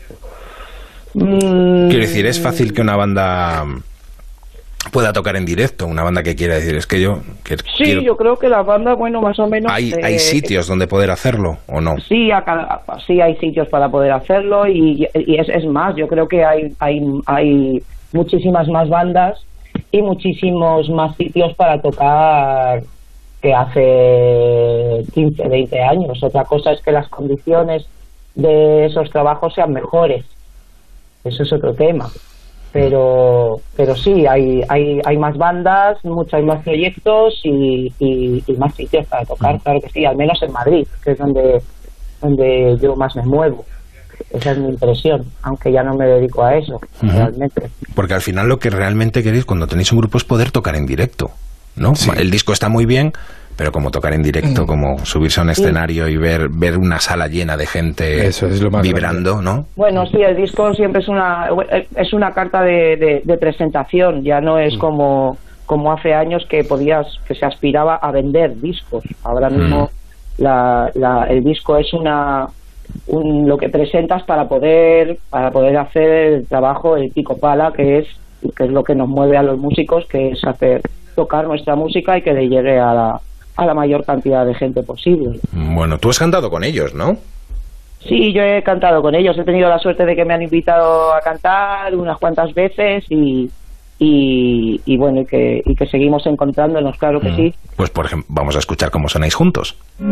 Mm. Quiero decir, ¿es fácil que una banda pueda tocar en directo? Una banda que quiera decir, es que yo... Que sí, quiero... yo creo que la banda, bueno, más o menos... ¿Hay, eh, ¿hay sitios donde poder hacerlo o no? Sí, acá, sí hay sitios para poder hacerlo y, y es, es más, yo creo que hay, hay, hay muchísimas más bandas y muchísimos más sitios para tocar que hace quince, veinte años. Otra cosa es que las condiciones de esos trabajos sean mejores. Eso es otro tema. Pero pero sí, hay hay hay más bandas, muchos más proyectos y, y, y más sitios para tocar, claro que sí, al menos en Madrid, que es donde, donde yo más me muevo. Esa es mi impresión, aunque ya no me dedico a eso, uh-huh. realmente. Porque al final lo que realmente queréis cuando tenéis un grupo es poder tocar en directo, ¿no? Sí. El disco está muy bien, pero como tocar en directo, como subirse a un escenario sí. y ver ver una sala llena de gente Eso es lo más vibrando, grande. ¿No? Bueno, sí, el disco siempre es una es una carta de, de, de presentación, ya no es mm. como como hace años que podías que se aspiraba a vender discos. Ahora mismo mm. la, la, el disco es una un, lo que presentas para poder para poder hacer el trabajo, el pico pala, que es que es lo que nos mueve a los músicos, que es hacer tocar nuestra música y que le llegue a la a la mayor cantidad de gente posible. Bueno, tú has cantado con ellos, ¿no? Sí, yo he cantado con ellos, he tenido la suerte de que me han invitado a cantar unas cuantas veces y, y, y bueno, y que, y que seguimos encontrándonos, claro que mm. sí. Pues por ejemplo, vamos a escuchar cómo sonáis juntos.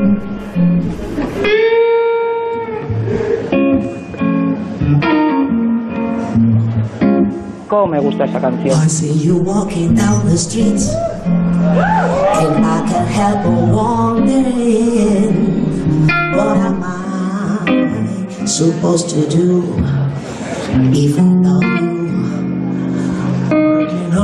Cómo me gusta esa canción. I see you walking down the streets, and I can't help but wondering, what am I supposed to do if I love you?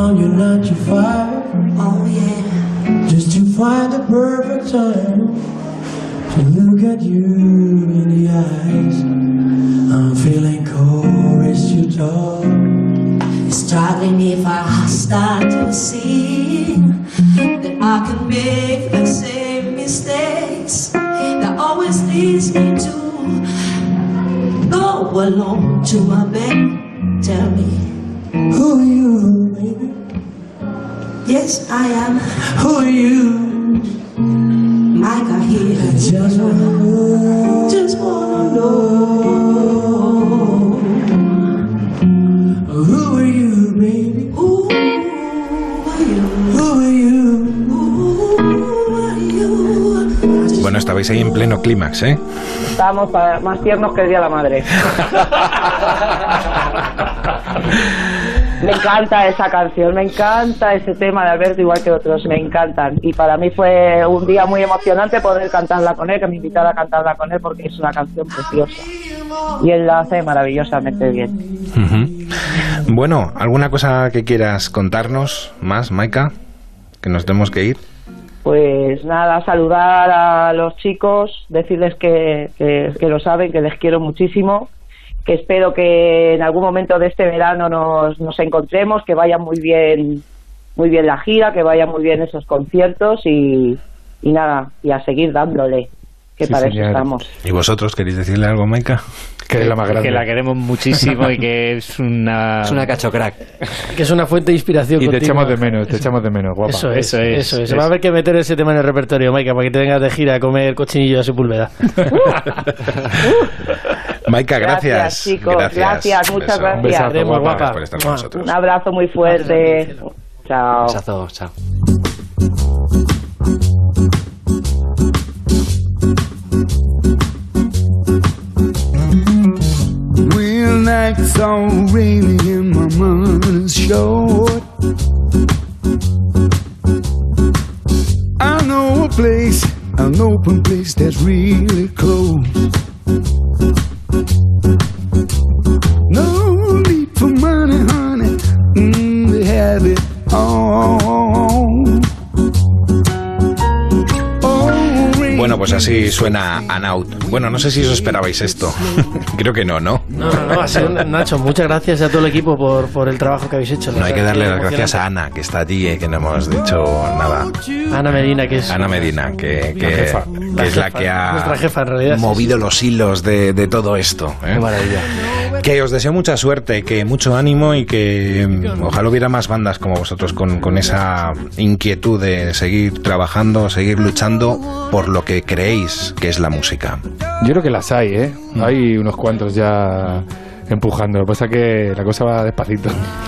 on your nine to five. Oh yeah. Just to find the perfect time to look at you in the eyes. I'm feeling cold as you talk. It's struggling if I start to see that I can make the same mistakes that always leads me to go alone to my bed. Tell me, who are you, baby? Yes, I am. Who are you? Micah here. I just wanna know. Just wanna know. Who are you, baby? Who are you? Who are you? Who are you? Bueno, estabais ahí en pleno clímax, ¿eh? Estábamos pa- más tiernos que el Día de la Madre. Me encanta esa canción, me encanta ese tema de Alberto, igual que otros, me encantan. Y para mí fue un día muy emocionante poder cantarla con él, que me invitara a cantarla con él, porque es una canción preciosa. Y él la hace maravillosamente bien. Uh-huh. Bueno, ¿alguna cosa que quieras contarnos más, Maika? Que nos tenemos que ir. Pues nada, saludar a los chicos, decirles que, que, que lo saben, que les quiero muchísimo, que espero que en algún momento de este verano nos, nos encontremos, que vaya muy bien, muy bien la gira, que vayan muy bien esos conciertos y, y nada, y a seguir dándole, que Sí, para señor. eso estamos. ¿Y vosotros queréis decirle algo, Maika? Que es la más grande. Que la queremos muchísimo y que es una... Es una cacho crack. Que es una fuente de inspiración Y te continua. echamos de menos, te echamos de menos, guapa. Eso es, Eso es, eso es. eso Va a es. haber que meter ese tema en el repertorio, Maika, para que te vengas de gira a comer cochinillo a Sepúlveda. Maika, gracias. Gracias, chicos, gracias, muchas Beso. gracias. Un besazo, Haremos, guapa. guapa. Gracias por estar con nosotros. Un abrazo muy fuerte. Chao. Besazo, chao. When nights are rainy and my money's short, I know a place, an open place that's really close. No need for money, honey, mm, we have it all. Bueno, pues así suena Anaut. Bueno, no sé si os esperabais esto. Creo que no, ¿no? No, no, no, ha sido, Nacho, muchas gracias a todo el equipo por, por el trabajo que habéis hecho. No hay que darle las gracias a Ana, que está allí, eh, que no hemos dicho nada. Ana Medina, que es Ana Medina, que, que, La jefa. que La es la jefa, que ha nuestra jefa, en realidad, sí, movido los hilos de, de todo esto. ¿eh? Qué maravilla. Que os deseo mucha suerte, que mucho ánimo y que mm, ojalá hubiera más bandas como vosotros con, con esa inquietud de seguir trabajando, seguir luchando por lo que creéis que es la música. Yo creo que las hay, ¿eh? Hay unos cuantos ya empujando. Lo que pasa es que la cosa va despacito.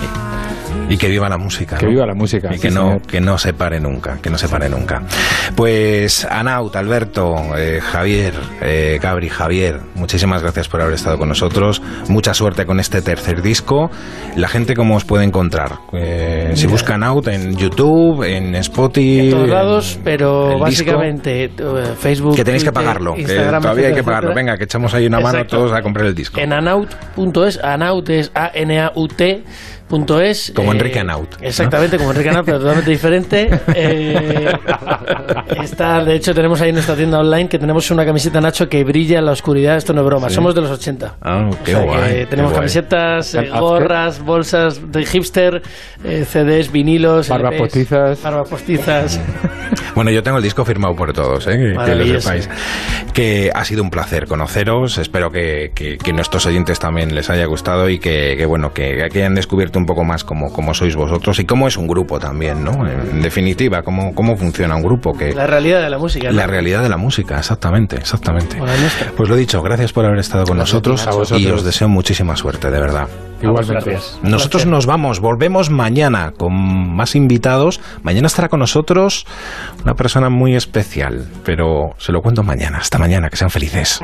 Y que viva la música. Que ¿no? viva la música. Y sí, que no, señor. que no se pare nunca, que no se pare nunca. Pues Anaut, Alberto, eh, Javier, eh, Gabri, Javier, muchísimas gracias por haber estado con nosotros. Mucha suerte con este tercer disco. La gente, ¿cómo os puede encontrar? Eh, si buscan Anaut en YouTube, en Spotify. en todos lados, pero el básicamente eh, Facebook. Que tenéis que Twitter, pagarlo, que Instagram, todavía hay que etcétera, pagarlo. etcétera. Venga, que echamos ahí una mano Exacto. todos a comprar el disco. En anaut punto es, Anaut es A N A U T punto es. Como Enrique Anaut, ¿no? Exactamente, como Enrique Anaut, pero totalmente diferente. Eh, está, de hecho, tenemos ahí nuestra tienda online que tenemos una camiseta, Nacho, que brilla en la oscuridad. Esto no es broma, Sí. somos de los ochenta. Ah, qué O sea, guay. que qué tenemos guay. camisetas, eh, After. gorras, bolsas de hipster, eh, C Ds, vinilos, Barbas L Ps, postizas. barbas postizas. Bueno, yo tengo el disco firmado por todos, ¿eh? que, que lo Maravilloso. sepáis. Que ha sido un placer conoceros. Espero que, que, que nuestros oyentes también les haya gustado y que, que bueno, que, que hayan descubierto un poco más cómo, cómo sois vosotros y cómo es un grupo también, ¿no? En definitiva, cómo, cómo funciona un grupo. Que La realidad de la música, ¿no? la realidad de la música, exactamente, exactamente. O la nuestra. Pues lo dicho, gracias por haber estado con nosotros a vosotros. y os deseo muchísima suerte, de verdad. Igualmente. Gracias. Nosotros nos vamos, volvemos mañana con más invitados. Mañana estará con nosotros una persona muy especial, pero se lo cuento mañana. Hasta mañana, que sean felices.